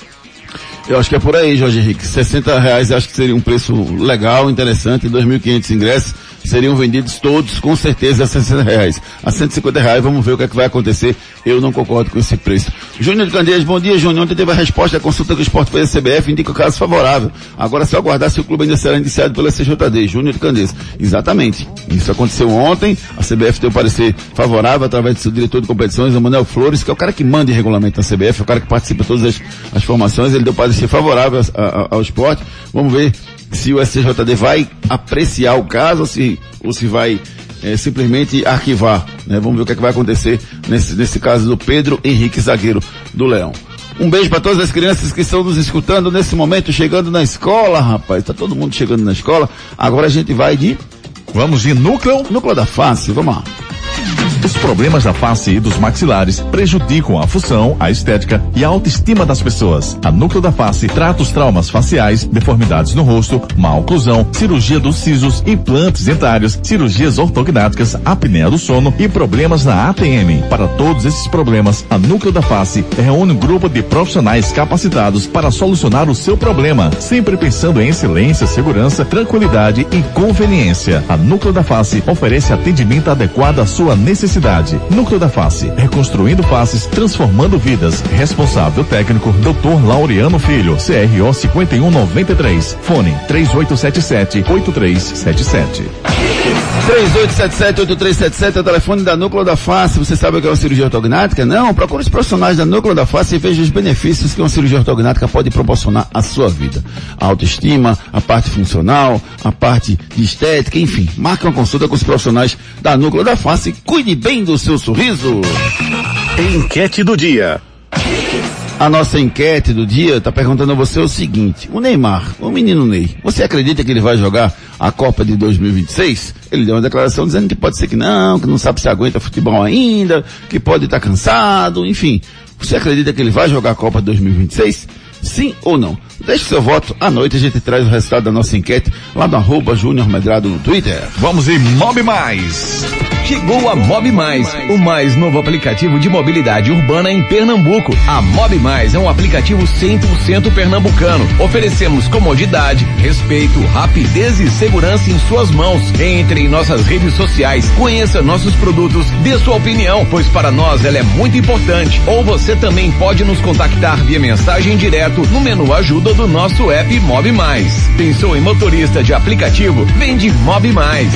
Eu acho que é por aí, Jorge Henrique. R$60 acho que seria um preço legal, interessante. 2.500 ingressos seriam vendidos todos, com certeza, a R$60. A R$150, vamos ver o que é que vai acontecer. Eu não concordo com esse preço. Júnior de Candeias, bom dia, Júnior. Ontem teve a resposta da consulta que o esporte fez à CBF, indica o caso favorável. Agora é só aguardar se o clube ainda será indiciado pela CJD. Júnior de Candeias. Exatamente. Isso aconteceu ontem. A CBF deu parecer favorável através do seu diretor de competições, o Manuel Flores, que é o cara que manda em regulamento na CBF, é o cara que participa de todas as formações. Ele deu parecer favorável ao esporte. Vamos ver se o STJD vai apreciar o caso ou se vai simplesmente arquivar, né? Vamos ver o que é que vai acontecer nesse caso do Pedro Henrique, zagueiro do Leão. Um beijo para todas as crianças que estão nos escutando nesse momento, chegando na escola, rapaz. Tá todo mundo chegando na escola. Agora a gente vai Vamos de núcleo da face, vamos lá. Os problemas da face e dos maxilares prejudicam a função, a estética e a autoestima das pessoas. A Núcleo da Face trata os traumas faciais, deformidades no rosto, má oclusão, cirurgia dos sisos, implantes dentários, cirurgias ortognáticas, apneia do sono e problemas na ATM. Para todos esses problemas, a Núcleo da Face reúne um grupo de profissionais capacitados para solucionar o seu problema, sempre pensando em excelência, segurança, tranquilidade e conveniência. A Núcleo da Face oferece atendimento adequado à sua necessidade. Núcleo da Face, reconstruindo faces, transformando vidas. Responsável técnico, Dr. Laureano Filho, CRO 5193. Fone 3877-8377. 3877-8377 é o telefone da Núcleo da Face. Você sabe o que é uma cirurgia ortognática? Não? Procure os profissionais da Núcleo da Face e veja os benefícios que uma cirurgia ortognática pode proporcionar à sua vida. A autoestima, a parte funcional, a parte de estética, enfim. Marque uma consulta com os profissionais da Núcleo da Face e cuide bem do seu sorriso. Enquete do dia. A nossa enquete do dia está perguntando a você o seguinte: o Neymar, o menino Ney, você acredita que ele vai jogar a Copa de 2026? Ele deu uma declaração dizendo que pode ser que não sabe se aguenta futebol ainda, que pode estar cansado, enfim. Você acredita que ele vai jogar a Copa de 2026? Sim ou não? Deixe seu voto, à noite a gente traz o resultado da nossa enquete lá no @Júnior Medrado no Twitter. Vamos em Mob Mais. Chegou a Mob Mais, o mais novo aplicativo de mobilidade urbana em Pernambuco. A Mob Mais é um aplicativo 100% pernambucano. Oferecemos comodidade, respeito, rapidez e segurança em suas mãos. Entre em nossas redes sociais, conheça nossos produtos, dê sua opinião, pois para nós ela é muito importante. Ou você também pode nos contactar via mensagem direto no menu ajuda do nosso app Mob Mais. Pensou em motorista de aplicativo? Vem de Mob Mais.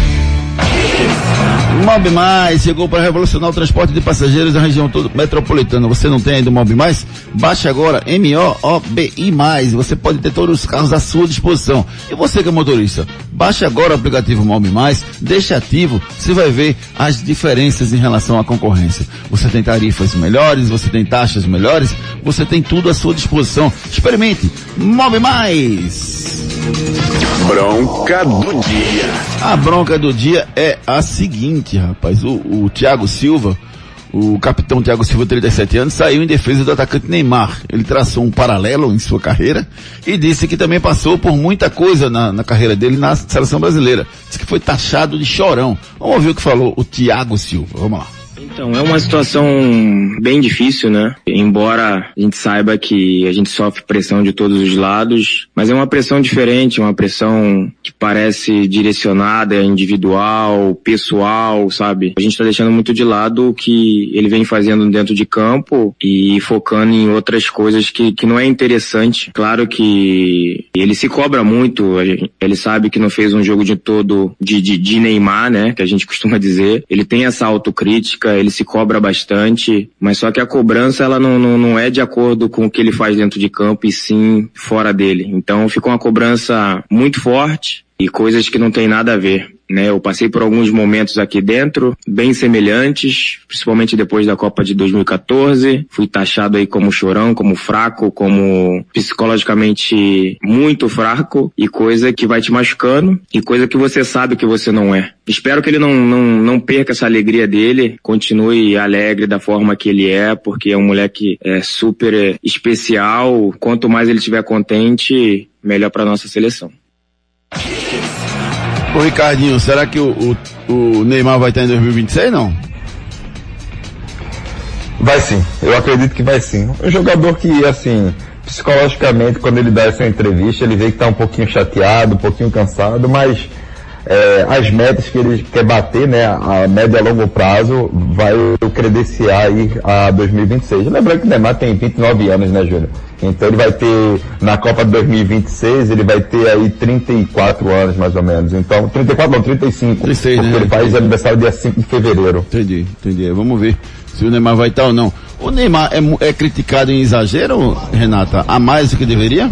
Mob Mais chegou para revolucionar o transporte de passageiros da região toda metropolitana. Você não tem ainda o Mob Mais? Baixe agora MOOBI+. Você pode ter todos os carros à sua disposição. E você que é motorista, baixe agora o aplicativo Mob Mais, deixe ativo, você vai ver as diferenças em relação à concorrência. Você tem tarifas melhores, você tem taxas melhores, você tem tudo à sua disposição. Experimente Mob Mais. Bronca do dia. A bronca do dia é a seguinte, rapaz. O Thiago Silva, o capitão Thiago Silva, 37 anos, saiu em defesa do atacante Neymar. Ele traçou um paralelo em sua carreira e disse que também passou por muita coisa na carreira dele na seleção brasileira. Disse que foi taxado de chorão. Vamos ouvir o que falou o Thiago Silva. Vamos lá. Então, é uma situação bem difícil, né? Embora a gente saiba que a gente sofre pressão de todos os lados, mas é uma pressão diferente, uma pressão que parece direcionada, individual, pessoal, sabe? A gente tá deixando muito de lado o que ele vem fazendo dentro de campo e focando em outras coisas que não é interessante. Claro que ele se cobra muito, ele sabe que não fez um jogo de todo de Neymar, né? Que a gente costuma dizer. Ele tem essa autocrítica, ele se cobra bastante, mas só que a cobrança ela não é de acordo com o que ele faz dentro de campo e sim fora dele. Então ficou uma cobrança muito forte e coisas que não tem nada a ver, né? Eu passei por alguns momentos aqui dentro, bem semelhantes, principalmente depois da Copa de 2014. Fui taxado aí como chorão, como fraco, como psicologicamente muito fraco, e coisa que vai te machucando, e coisa que você sabe que você não é. Espero que ele não perca essa alegria dele, continue alegre da forma que ele é, porque é um moleque super especial. Quanto mais ele estiver contente, melhor para nossa seleção. Ô Ricardinho, será que o Neymar vai estar em 2026, não? Vai sim, eu acredito que vai sim. Um jogador que, assim, psicologicamente, quando ele dá essa entrevista, ele vê que tá um pouquinho chateado, um pouquinho cansado, mas as metas que ele quer bater, né, a médio a longo prazo, vai credenciar aí a 2026. Lembrando que o Neymar tem 29 anos, né, Júlio? Então ele vai ter, na Copa de 2026, ele vai ter aí 34 anos, mais ou menos. Então, 34 não, 35. 36, porque, né? Ele faz aniversário dia 5 de fevereiro. Entendi. Vamos ver se o Neymar vai estar ou não. O Neymar é criticado em exagero, Renata, a mais do que deveria?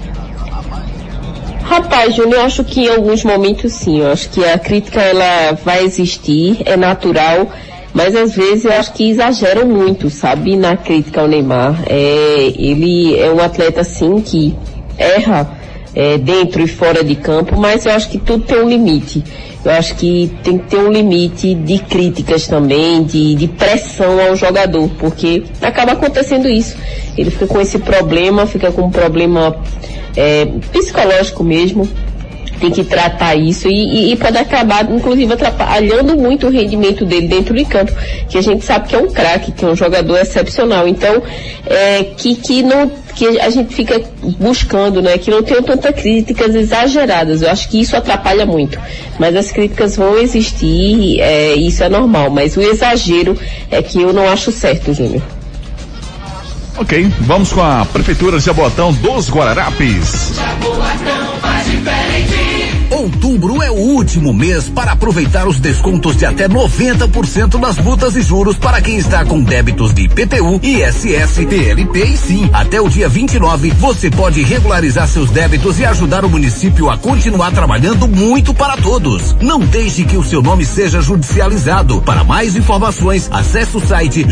Rapaz, Júnior, eu acho que em alguns momentos sim. Eu acho que a crítica ela vai existir, é natural, mas às vezes eu acho que exageram muito, sabe, na crítica ao Neymar. Ele é um atleta, sim, que erra dentro e fora de campo, mas eu acho que tudo tem um limite. Eu acho que tem que ter um limite de críticas também, de pressão ao jogador, porque acaba acontecendo isso. Ele fica com esse problema, fica com um problema psicológico mesmo. Tem que tratar isso e pode acabar, inclusive, atrapalhando muito o rendimento dele dentro de campo, que a gente sabe que é um craque, que é um jogador excepcional. Então, que a gente fica buscando, né, que não tenham tantas críticas exageradas. Eu acho que isso atrapalha muito. Mas as críticas vão existir, isso é normal. Mas o exagero é que eu não acho certo, Júnior. Ok, vamos com a Prefeitura de Jaboatão dos Guararapes. Outubro é o último mês para aproveitar os descontos de até 90% nas multas e juros para quem está com débitos de IPTU, ISS, TLP e SIM. Até o dia 29, você pode regularizar seus débitos e ajudar o município a continuar trabalhando muito para todos. Não deixe que o seu nome seja judicializado. Para mais informações, acesse o site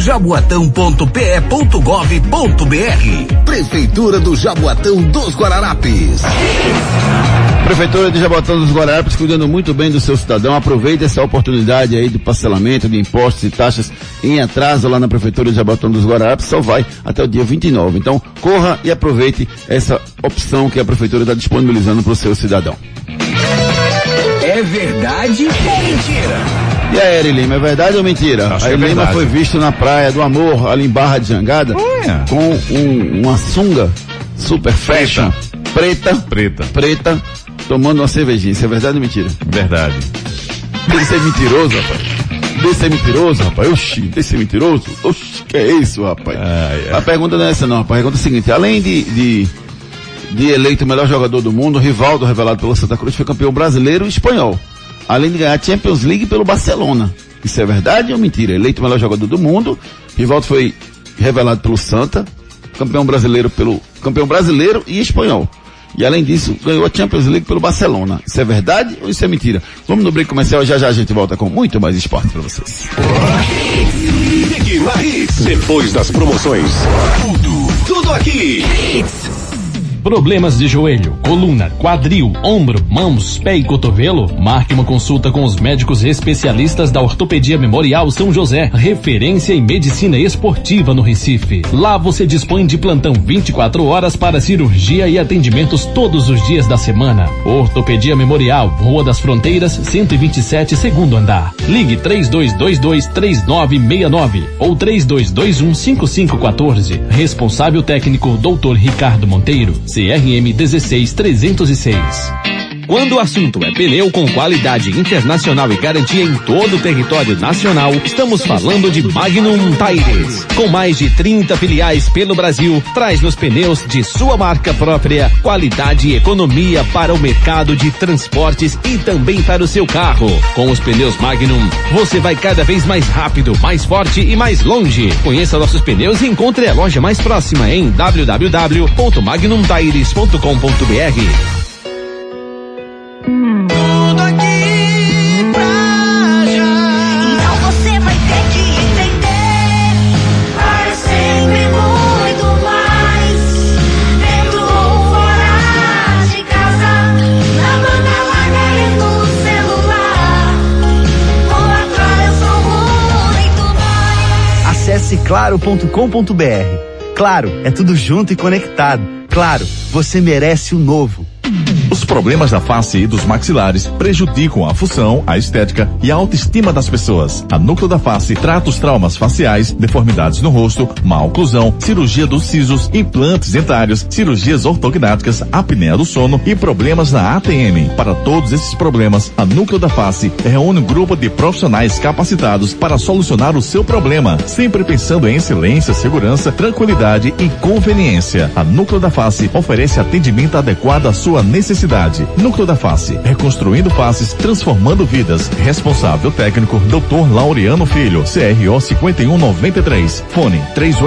jaboatão.pe.gov.br. Prefeitura do Jaboatão dos Guararapes. Prefeitura de Jaboatão dos Guararapes, cuidando muito bem do seu cidadão. Aproveite essa oportunidade aí do parcelamento de impostos e taxas em atraso lá na Prefeitura de Jaboatão dos Guararapes. Só vai até o dia 29. Então, corra e aproveite essa opção que a Prefeitura está disponibilizando para o seu cidadão. É verdade ou mentira? E aí, Eri Lima, é verdade ou mentira? Acho a Eri Lima foi visto na Praia do Amor, ali em Barra de Jangada, com uma sunga super fashion, preta, tomando uma cervejinha. Isso é verdade ou mentira? Verdade. Deve ser mentiroso, rapaz. Oxi, deve ser mentiroso. Oxi, que é isso, rapaz? A pergunta não é essa não, rapaz. A pergunta é a seguinte: além de eleito o melhor jogador do mundo, Rivaldo, revelado pelo Santa Cruz, foi campeão brasileiro e espanhol. Além de ganhar a Champions League pelo Barcelona. Isso é verdade ou mentira? Eleito o melhor jogador do mundo, Rivaldo foi revelado pelo Santa, campeão brasileiro e espanhol. E além disso, ganhou a Champions League pelo Barcelona. Isso é verdade ou isso é mentira? Vamos no break comercial, já a gente volta com muito mais esporte para vocês. Depois das promoções, tudo aqui. Problemas de joelho, coluna, quadril, ombro, mãos, pé e cotovelo? Marque uma consulta com os médicos especialistas da Ortopedia Memorial São José, referência em medicina esportiva no Recife. Lá você dispõe de plantão 24 horas para cirurgia e atendimentos todos os dias da semana. Ortopedia Memorial, Rua das Fronteiras, 127, segundo andar. Ligue 3222-3969 ou 3221-5514. Responsável técnico Dr. Ricardo Monteiro, CRM 16306. Quando o assunto é pneu com qualidade internacional e garantia em todo o território nacional, estamos falando de Magnum Tires. Com mais de 30 filiais pelo Brasil, traz nos pneus de sua marca própria qualidade e economia para o mercado de transportes e também para o seu carro. Com os pneus Magnum, você vai cada vez mais rápido, mais forte e mais longe. Conheça nossos pneus e encontre a loja mais próxima em www.magnumtires.com.br. Tudo aqui pra já. Então você vai ter que entender. Para sempre muito mais. Dentro ou fora de casa. Na banda larga e no celular. Com a Claro eu sou muito mais. Acesse claro.com.br. Claro, é tudo junto e conectado. Claro, você merece o novo. Os problemas da face e dos maxilares prejudicam a função, a estética e a autoestima das pessoas. A Núcleo da Face trata os traumas faciais, deformidades no rosto, má oclusão, cirurgia dos sisos, implantes dentários, cirurgias ortognáticas, apneia do sono e problemas na ATM. Para todos esses problemas, a Núcleo da Face reúne um grupo de profissionais capacitados para solucionar o seu problema, sempre pensando em excelência, segurança, tranquilidade e conveniência. A Núcleo da Face oferece atendimento adequado à sua necessidade. Núcleo da Face, reconstruindo faces, transformando vidas. Responsável técnico Dr. Laureano Filho, CRO 5193, fone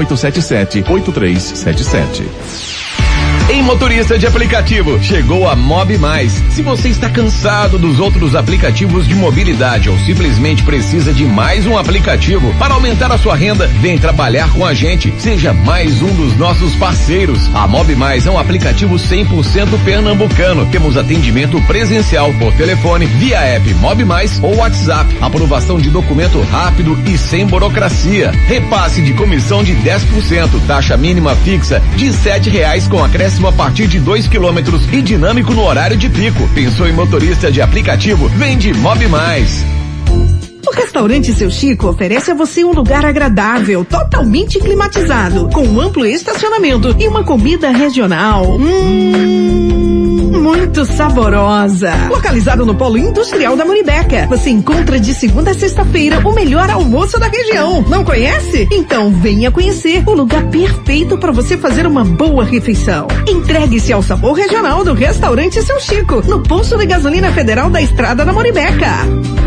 3877-8377. Em motorista de aplicativo, chegou a Mob Mais. Se você está cansado dos outros aplicativos de mobilidade ou simplesmente precisa de mais um aplicativo para aumentar a sua renda, vem trabalhar com a gente. Seja mais um dos nossos parceiros. A Mob Mais é um aplicativo 100% pernambucano. Temos atendimento presencial por telefone, via app Mob Mais ou WhatsApp. Aprovação de documento rápido e sem burocracia. Repasse de comissão de 10%. Taxa mínima fixa de R$7 com acréscimo a partir de 2 km e dinâmico no horário de pico. Pensou em motorista de aplicativo? Vem de Mob Mais. O restaurante Seu Chico oferece a você um lugar agradável, totalmente climatizado, com um amplo estacionamento e uma comida regional. muito saborosa. Localizado no Polo Industrial da Muribeca, você encontra de segunda a sexta-feira o melhor almoço da região. Não conhece? Então venha conhecer o lugar perfeito para você fazer uma boa refeição. Entregue-se ao sabor regional do restaurante Seu Chico, no posto de gasolina federal da Estrada da Muribeca.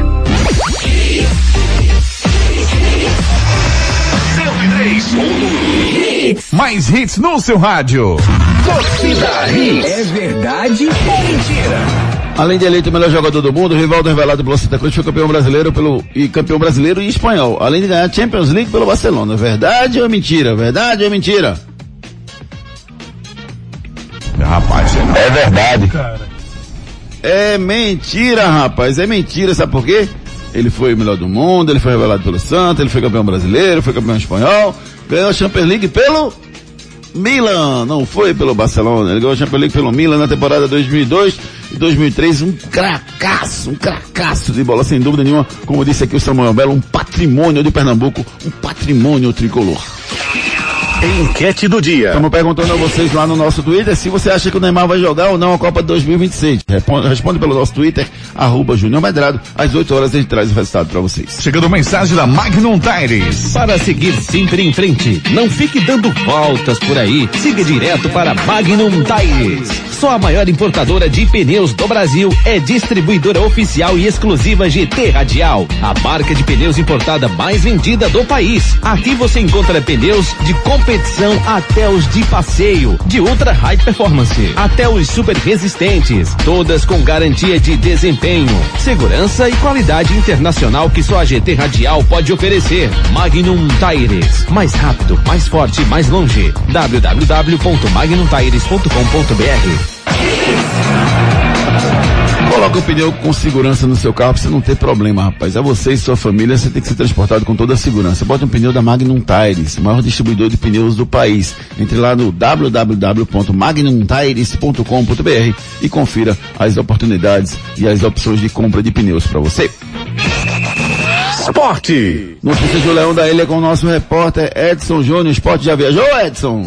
Mais hits no seu rádio. Torcida Hits. É verdade ou mentira? Além de eleito o melhor jogador do mundo, o Rivaldo revelado pelo Santa Cruz foi campeão brasileiro e espanhol, além de ganhar a Champions League pelo Barcelona. Verdade ou mentira? Verdade ou mentira? Rapaz, é verdade. É mentira, rapaz, é mentira, sabe por quê? Ele foi o melhor do mundo, ele foi revelado pelo Santa, ele foi campeão brasileiro, foi campeão espanhol, ganhou a Champions League pelo Milan, não foi pelo Barcelona, ele ganhou a Champions League pelo Milan na temporada 2002 e 2003, um cracaço de bola, sem dúvida nenhuma, como disse aqui o Samuel Belo, um patrimônio de Pernambuco, um patrimônio tricolor. Enquete do dia. Estamos perguntando a vocês lá no nosso Twitter se você acha que o Neymar vai jogar ou não a Copa de 2026. Responde pelo nosso Twitter, @Júnior Medrado. Às 8 horas a gente traz o resultado para vocês. Chegando mensagem da Magnum Tires. Para seguir sempre em frente, não fique dando voltas por aí. Siga direto para Magnum Tires. Só a maior importadora de pneus do Brasil, é distribuidora oficial e exclusiva GT Radial, a marca de pneus importada mais vendida do país. Aqui você encontra pneus de competição até os de passeio, de ultra high performance, até os super resistentes, todas com garantia de desempenho, segurança e qualidade internacional que só a GT Radial pode oferecer. Magnum Tires, mais rápido, mais forte, mais longe. www.magnumtires.com.br. Coloca o pneu com segurança no seu carro pra você não ter problema, rapaz. A você e sua família, você tem que ser transportado com toda a segurança. Bota um pneu da Magnum Tires, o maior distribuidor de pneus do país. Entre lá no www.magnumtires.com.br e confira as oportunidades e as opções de compra de pneus para você. Esporte. Notícias do Leão da Ilha com o nosso repórter Edson Júnior. Esporte já viajou, Edson?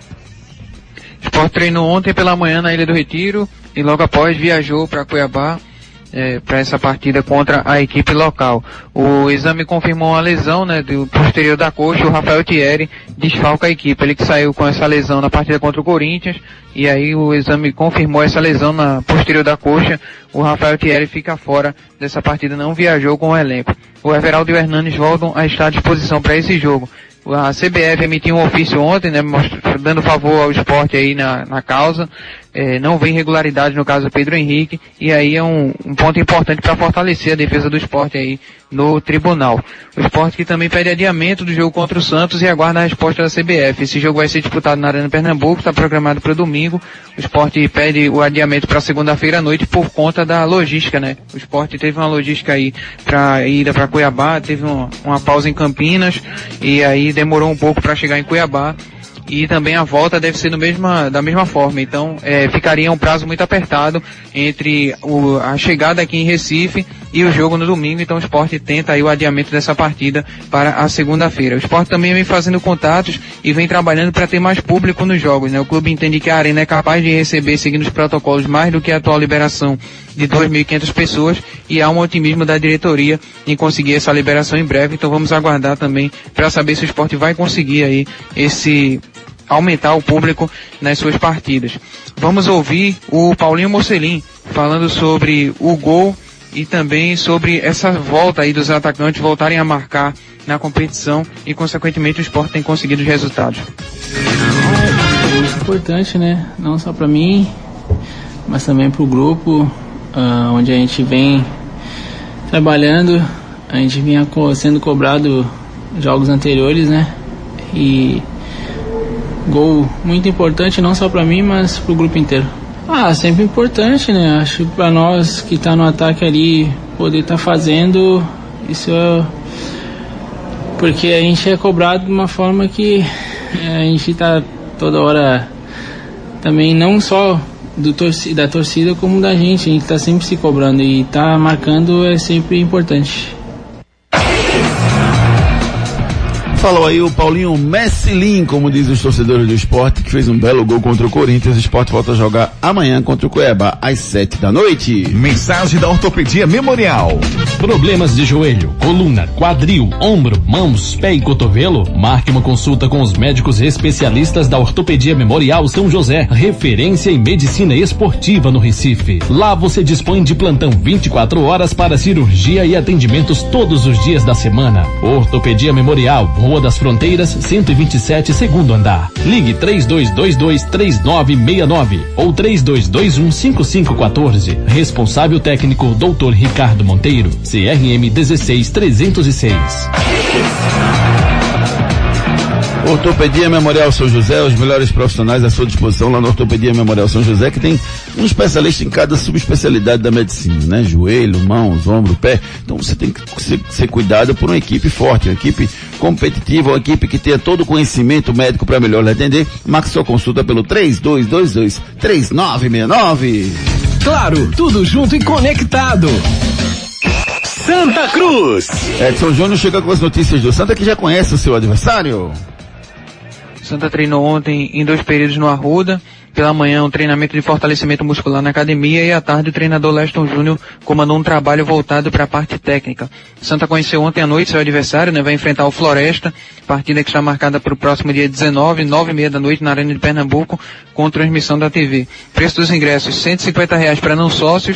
Sport treinou ontem pela manhã na Ilha do Retiro e logo após viajou para Cuiabá para essa partida contra a equipe local. O exame confirmou uma lesão, né, do posterior da coxa. O Rafael Thierry desfalca a equipe. Ele que saiu com essa lesão na partida contra o Corinthians, e aí o exame confirmou essa lesão na posterior da coxa. O Rafael Thierry fica fora dessa partida, não viajou com o elenco. O Everaldo e o Hernanes voltam a estar à disposição para esse jogo. A CBF emitiu um ofício ontem, né, dando favor ao Sport aí na causa. Não vem irregularidade no caso do Pedro Henrique, e aí é um ponto importante para fortalecer a defesa do Sport aí no tribunal. O Sport que também pede adiamento do jogo contra o Santos e aguarda a resposta da CBF. Esse jogo vai ser disputado na Arena Pernambuco, está programado para domingo. O Sport pede o adiamento para segunda-feira à noite por conta da logística, né? O Sport teve uma logística aí para ida para Cuiabá, teve uma pausa em Campinas, e aí demorou um pouco para chegar em Cuiabá. E também a volta deve ser da mesma forma. Então, ficaria um prazo muito apertado entre a chegada aqui em Recife e o jogo no domingo. Então o Sport tenta aí o adiamento dessa partida para a segunda-feira. O Sport também vem fazendo contatos e vem trabalhando para ter mais público nos jogos, né? O clube entende que a Arena é capaz de receber, seguindo os protocolos, mais do que a atual liberação de 2.500 pessoas, e há um otimismo da diretoria em conseguir essa liberação em breve. Então vamos aguardar também para saber se o Sport vai conseguir aí aumentar o público nas suas partidas. Vamos ouvir o Paulinho Mocelin falando sobre o gol e também sobre essa volta aí dos atacantes voltarem a marcar na competição, e consequentemente o Sport tem conseguido os resultados. É muito importante, né? Não só para mim, mas também para o grupo, onde a gente vem trabalhando. A gente vinha sendo cobrado jogos anteriores, né? E gol muito importante, não só para mim, mas para o grupo inteiro. Sempre importante, né? Acho que para nós que tá no ataque ali, poder estar fazendo isso, porque a gente é cobrado de uma forma que a gente tá toda hora também, não só da torcida como da gente. A gente tá sempre se cobrando, e tá marcando é sempre importante. falou aí o Paulinho Messilin, como diz os torcedores do Sport, que fez um belo gol contra o Corinthians. O Sport volta a jogar amanhã contra o Cuiabá às 7h. Mensagem da Ortopedia Memorial. Problemas de joelho, coluna, quadril, ombro, mãos, pé e cotovelo? Marque uma consulta com os médicos especialistas da Ortopedia Memorial São José, referência em medicina esportiva no Recife. Lá você dispõe de plantão 24 horas para cirurgia e atendimentos todos os dias da semana. Ortopedia Memorial, Rua das Fronteiras, 127, segundo andar. Ligue 3222-3969 ou 3221-5514. Responsável técnico Dr. Ricardo Monteiro, CRM 16306. Ortopedia Memorial São José, os melhores profissionais à sua disposição lá na Ortopedia Memorial São José, que tem um especialista em cada subespecialidade da medicina, né? Joelho, mãos, ombro, pé. Então você tem que ser cuidado por uma equipe forte, uma equipe competitiva, uma equipe que tenha todo o conhecimento médico para melhor lhe atender. Marque sua consulta pelo 3222-3969. Claro, tudo junto e conectado. Santa Cruz. Edson Júnior chega com as notícias do Santa, que já conhece o seu adversário. Santa treinou ontem em 2 períodos no Arruda. Pela manhã, um treinamento de fortalecimento muscular na academia, e à tarde o treinador Leston Júnior comandou um trabalho voltado para a parte técnica. Santa conheceu ontem à noite seu adversário, né? Vai enfrentar o Floresta, partida que está marcada para o próximo dia 19, 9h30 da noite, na Arena de Pernambuco, com transmissão da TV. Preço dos ingressos, R$150 para não sócios,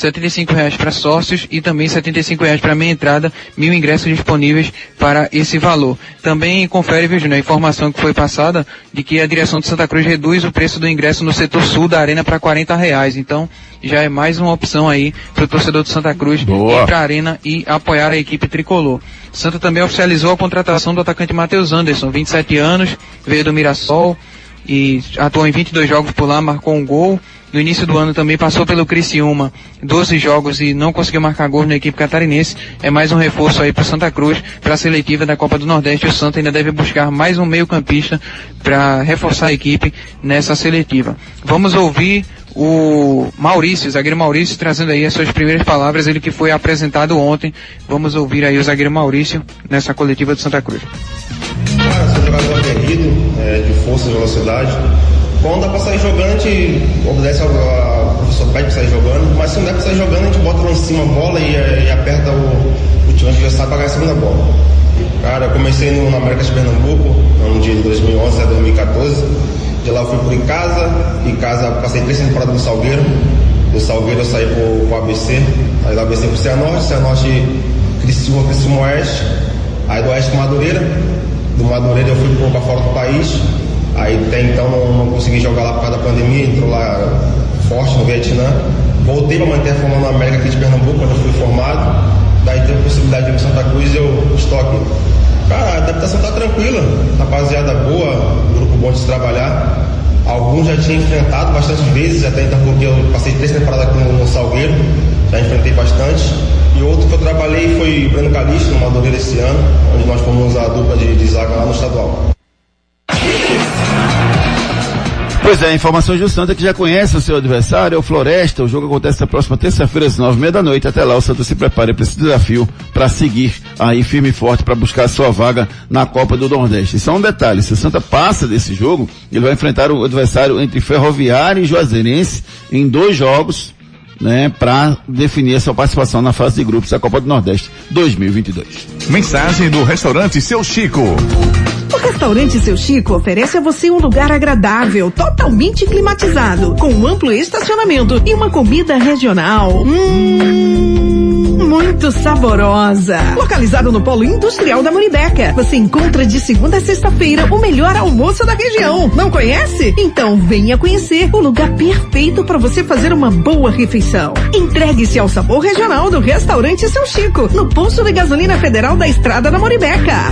R$75 para sócios e também R$75 para meia entrada, 1.000 ingressos disponíveis para esse valor. Também confere, viu, Júnior, a informação que foi passada de que a direção de Santa Cruz reduz o preço do ingresso no setor sul da arena para R$40. Então, já é mais uma opção aí para o torcedor de Santa Cruz ir para a arena e apoiar a equipe tricolor. Santa também oficializou a contratação do atacante Matheus Anderson, 27 anos, veio do Mirassol e atuou em 22 jogos por lá, marcou um gol. No início do ano também passou pelo Criciúma, 12 jogos e não conseguiu marcar gol na equipe catarinense. É mais um reforço aí para Santa Cruz, para a seletiva da Copa do Nordeste. O Santa ainda deve buscar mais um meio-campista para reforçar a equipe nessa seletiva. Vamos ouvir o Maurício, o zagueiro Maurício, trazendo aí as suas primeiras palavras, ele que foi apresentado ontem. Vamos ouvir aí o zagueiro Maurício nessa coletiva de Santa Cruz. Cara, sou um jogador aguerrido, de força e velocidade. Quando dá pra sair jogando, a gente obedece ao professor pede pra sair jogando, mas se não der pra sair jogando, a gente bota lá em cima a bola e aperta o time adversário pra ganhar a segunda bola. Cara, eu comecei no América de Pernambuco, no dia de 2011 a 2014. De lá eu fui por Icasa passei 3 temporadas no Salgueiro. Do Salgueiro eu saí pro ABC, aí do ABC pro Cianorte, Criciúma Oeste, aí do Oeste pro Madureira. Do Madureira eu fui pra fora do país. Aí até então não consegui jogar lá por causa da pandemia, entrou lá forte no Vietnã. Voltei para manter a forma na América aqui de Pernambuco, quando eu fui formado. Daí teve a possibilidade de ir para Santa Cruz e eu estou aqui. Cara, a adaptação tá tranquila, rapaziada boa, grupo bom de se trabalhar. Alguns já tinha enfrentado bastante vezes, até então porque eu passei 3 temporadas aqui no Salgueiro, já enfrentei bastante. E outro que eu trabalhei foi o Breno Calixto, no Madureira esse ano, onde nós fomos a dupla de zaga lá no estadual. Pois é, informações do Santa, que já conhece o seu adversário, é o Floresta. O jogo acontece na próxima terça-feira, às 9h30 da noite. Até lá o Santa se prepare para esse desafio, para seguir aí firme e forte, para buscar a sua vaga na Copa do Nordeste. E só um detalhe, se o Santa passa desse jogo, ele vai enfrentar o adversário entre Ferroviário e Juazeirense em 2 jogos, né, para definir a sua participação na fase de grupos da Copa do Nordeste 2022. Mensagem do restaurante Seu Chico. O restaurante Seu Chico oferece a você um lugar agradável, totalmente climatizado, com um amplo estacionamento e uma comida regional. Muito saborosa. Localizado no Polo Industrial da Muribeca, você encontra de segunda a sexta-feira o melhor almoço da região. Não conhece? Então venha conhecer o lugar perfeito para você fazer uma boa refeição. Entregue-se ao sabor regional do restaurante Seu Chico, no posto de gasolina federal da Estrada da Muribeca.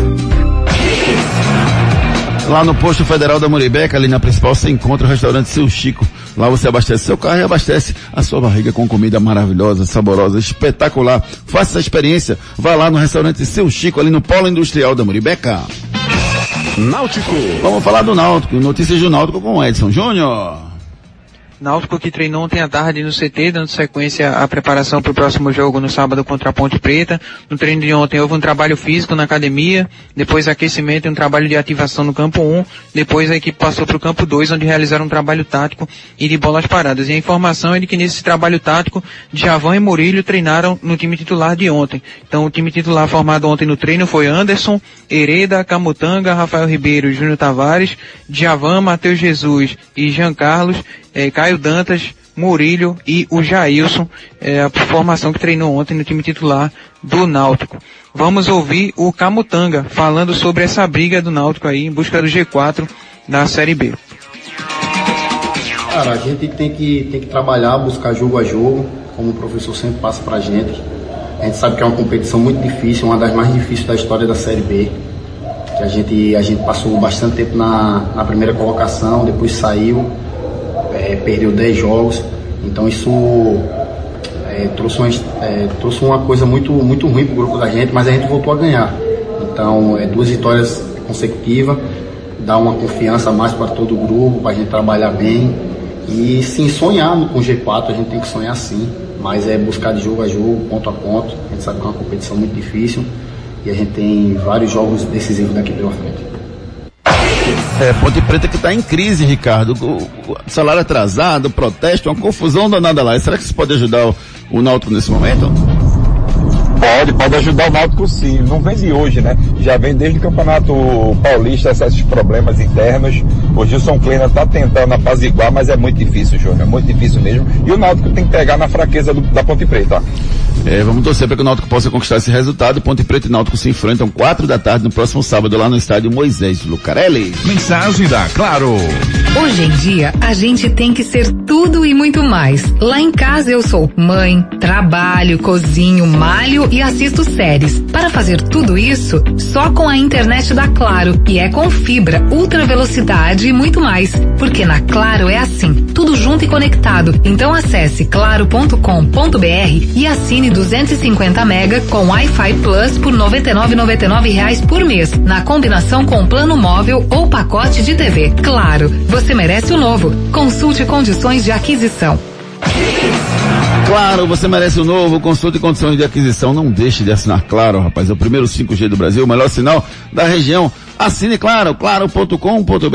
Lá no posto federal da Muribeca, ali na principal, você encontra o restaurante Seu Chico. Lá você abastece seu carro e abastece a sua barriga com comida maravilhosa, saborosa, espetacular. Faça essa experiência. Vá lá no restaurante Seu Chico, ali no Polo Industrial da Muribeca. Náutico. Vamos falar do Náutico. Notícias do Náutico com o Edson Júnior. Náutico que treinou ontem à tarde no CT, dando sequência à preparação para o próximo jogo no sábado contra a Ponte Preta. No treino de ontem houve um trabalho físico na academia, depois aquecimento e um trabalho de ativação no campo 1, depois a equipe passou para o campo 2, onde realizaram um trabalho tático e de bolas paradas. E a informação é de que nesse trabalho tático, Djavan e Murilo treinaram no time titular de ontem. Então o time titular formado ontem no treino foi Anderson, Hereda, Camutanga, Rafael Ribeiro, Júnior Tavares, Djavan, Matheus Jesus e Jean Carlos, Caio Dantas, Murilo e o Jailson, a formação que treinou ontem no time titular do Náutico. Vamos ouvir o Camutanga falando sobre essa briga do Náutico aí em busca do G4 da Série B. Cara, a gente tem que trabalhar, buscar jogo a jogo, como o professor sempre passa pra gente. A gente sabe que é uma competição muito difícil, uma das mais difíceis da história da Série B. Que a gente passou bastante tempo na primeira colocação, depois saiu, perdeu 10 jogos, então isso trouxe uma coisa muito, muito ruim pro grupo da gente, mas a gente voltou a ganhar. Então, 2 vitórias consecutivas, dá uma confiança a mais para todo o grupo, para a gente trabalhar bem e sim, sonhar com o G4, a gente tem que sonhar sim, mas é buscar de jogo a jogo, ponto a ponto. A gente sabe que é uma competição muito difícil e a gente tem vários jogos decisivos daqui pela frente. Ponte Preta que está em crise, Ricardo. O salário atrasado, protesto, uma confusão danada lá. Será que isso pode ajudar o Náutico nesse momento? Pode ajudar o Náutico sim. Não vem de hoje, né? Já vem desde o Campeonato Paulista esses problemas internos. O Gilson Kleina está tentando apaziguar, mas é muito difícil, Júnior. É muito difícil mesmo. E o Náutico tem que pegar na fraqueza da Ponte Preta. Vamos torcer para que o Náutico possa conquistar esse resultado. Ponte Preta e Náutico se enfrentam 4 da tarde no próximo sábado lá no estádio Moisés Lucarelli. Mensagem da Claro. Hoje em dia, a gente tem que ser tudo e muito mais. Lá em casa eu sou mãe, trabalho, cozinho, malho e assisto séries. Para fazer tudo isso, só com a internet da Claro, e é com fibra, ultra velocidade e muito mais. Porque na Claro é assim, tudo junto e conectado. Então acesse claro.com.br e assine 250 mega com Wi-Fi Plus por R$ 99,99 por mês, na combinação com plano móvel ou pacote de TV. Claro, você merece o novo. Consulte condições de aquisição. Claro, você merece o novo. Consulte condições de aquisição. Não deixe de assinar Claro, rapaz. É o primeiro 5G do Brasil, o melhor sinal da região. Assine Claro, claro.com.br.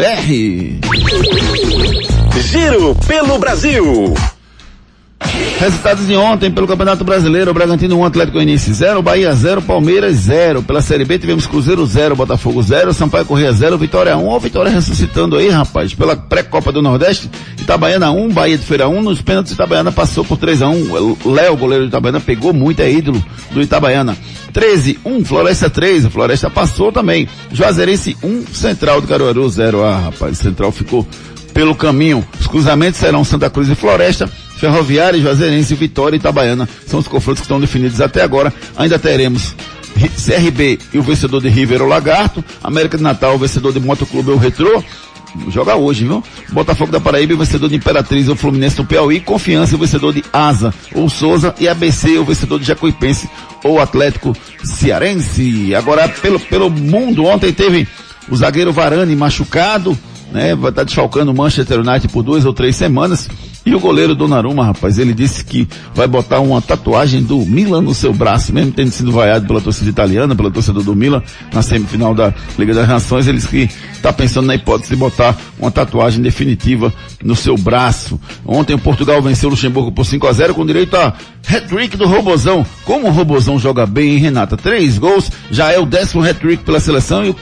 Giro pelo Brasil. Resultados de ontem pelo Campeonato Brasileiro: Bragantino 1, Atlético Goianiense 0, Bahia 0, Palmeiras 0. Pela Série B tivemos Cruzeiro 0, Botafogo 0, Sampaio Corrêa 0, Vitória 1. Ó, Vitória ressuscitando aí, rapaz. Pela pré-Copa do Nordeste, Itabaiana 1, Bahia de Feira 1. Nos pênaltis, Itabaiana passou por 3-1. Léo, goleiro do Itabaiana, pegou muito, é ídolo do Itabaiana. 13-1, Floresta 3, a Floresta passou também. Juazeirense 1, Central do Caruaru 0. Ah, rapaz, Central ficou pelo caminho. Os cruzamentos serão Santa Cruz e Floresta, Ferroviária, Juazeirense, Vitória e Itabaiana. São os confrontos que estão definidos até agora. Ainda teremos CRB e o vencedor de River, o Lagarto. América de Natal, o vencedor de Motoclube, o Retrô. Joga hoje, viu? Botafogo da Paraíba, o vencedor de Imperatriz, o Fluminense do Piauí. Confiança, o vencedor de Asa, ou Souza. E ABC, o vencedor de Jacuipense, ou Atlético Cearense. Agora, pelo mundo, ontem teve o zagueiro Varane machucado, né? Vai estar desfalcando o Manchester United por 2 ou 3 semanas. E o goleiro Donnarumma, rapaz, ele disse que vai botar uma tatuagem do Milan no seu braço, mesmo tendo sido vaiado pela torcida italiana, pela torcida do Milan, na semifinal da Liga das Nações. Ele disse que está pensando na hipótese de botar uma tatuagem definitiva no seu braço. Ontem o Portugal venceu o Luxemburgo por 5-0, com direito a hat-trick do Robozão. Como o Robozão joga bem, hein, Renata? 3 gols, já é o 10º hat-trick pela seleção e o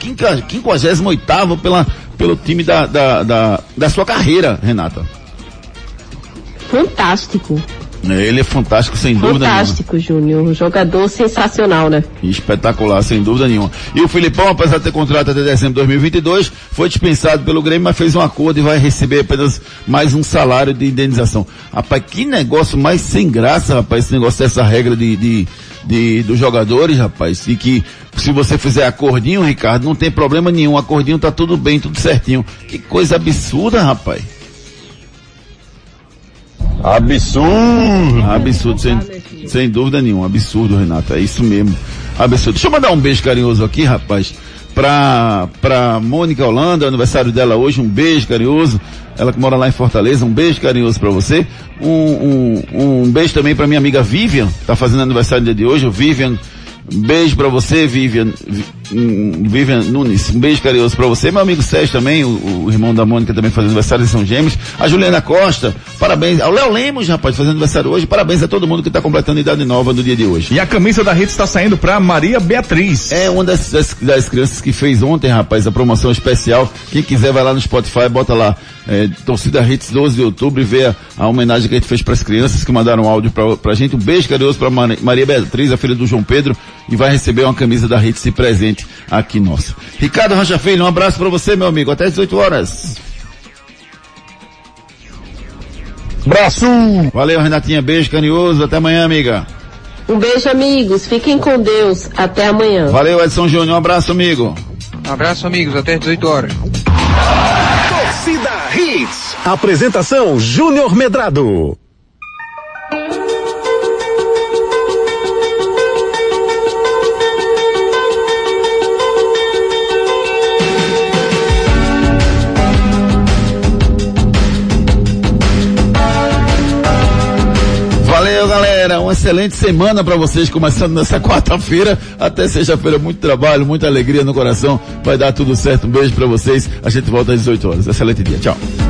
58º pelo time da sua carreira, Renata. Fantástico. Ele é fantástico, sem dúvida nenhuma. Fantástico, Júnior. Um jogador sensacional, né? Espetacular, sem dúvida nenhuma. E o Filipão, apesar de ter contrato até dezembro de 2022, foi dispensado pelo Grêmio, mas fez um acordo e vai receber apenas mais um salário de indenização. Rapaz, que negócio mais sem graça, rapaz, esse negócio dessa regra dos jogadores, rapaz. E que se você fizer acordinho, Ricardo, não tem problema nenhum. Acordinho tá tudo bem, tudo certinho. Que coisa absurda, rapaz. Absurdo, sem dúvida nenhuma, absurdo, Renato, é isso mesmo, absurdo. Deixa eu mandar um beijo carinhoso aqui, rapaz, pra Mônica Holanda, aniversário dela hoje, um beijo carinhoso. Ela que mora lá em Fortaleza, um beijo carinhoso pra você. Um beijo também pra minha amiga Vivian, tá fazendo aniversário no dia de hoje. O Vivian, um beijo pra você, Vivian Nunes, um beijo carinhoso pra você. Meu amigo Sérgio também, o irmão da Mônica também fazendo aniversário, são gêmeos. A Juliana Costa, parabéns. Ao Léo Lemos, rapaz, fazendo aniversário hoje. Parabéns a todo mundo que tá completando idade nova no dia de hoje. E a camisa da Hits está saindo pra Maria Beatriz. É uma das crianças que fez ontem, rapaz, a promoção especial. Quem quiser vai lá no Spotify, bota lá, Torcida Hits 12 de outubro e vê a homenagem que a gente fez pras crianças que mandaram áudio pra gente. Um beijo carinhoso pra Maria Beatriz, a filha do João Pedro, e vai receber uma camisa da Hits de presente aqui nossa. Ricardo Rocha Filho, um abraço pra você, meu amigo, até 18 horas. Abraço! Valeu, Renatinha, beijo carinhoso, até amanhã, amiga. Um beijo, amigos, fiquem com Deus, até amanhã. Valeu, Edson Júnior, um abraço, amigo. Um abraço, amigos, até 18 horas. Torcida Hits. Apresentação Júnior Medrado. Valeu, galera, uma excelente semana pra vocês, começando nessa quarta-feira, até sexta-feira, muito trabalho, muita alegria no coração, vai dar tudo certo, um beijo pra vocês, a gente volta às 18 horas, excelente dia, tchau.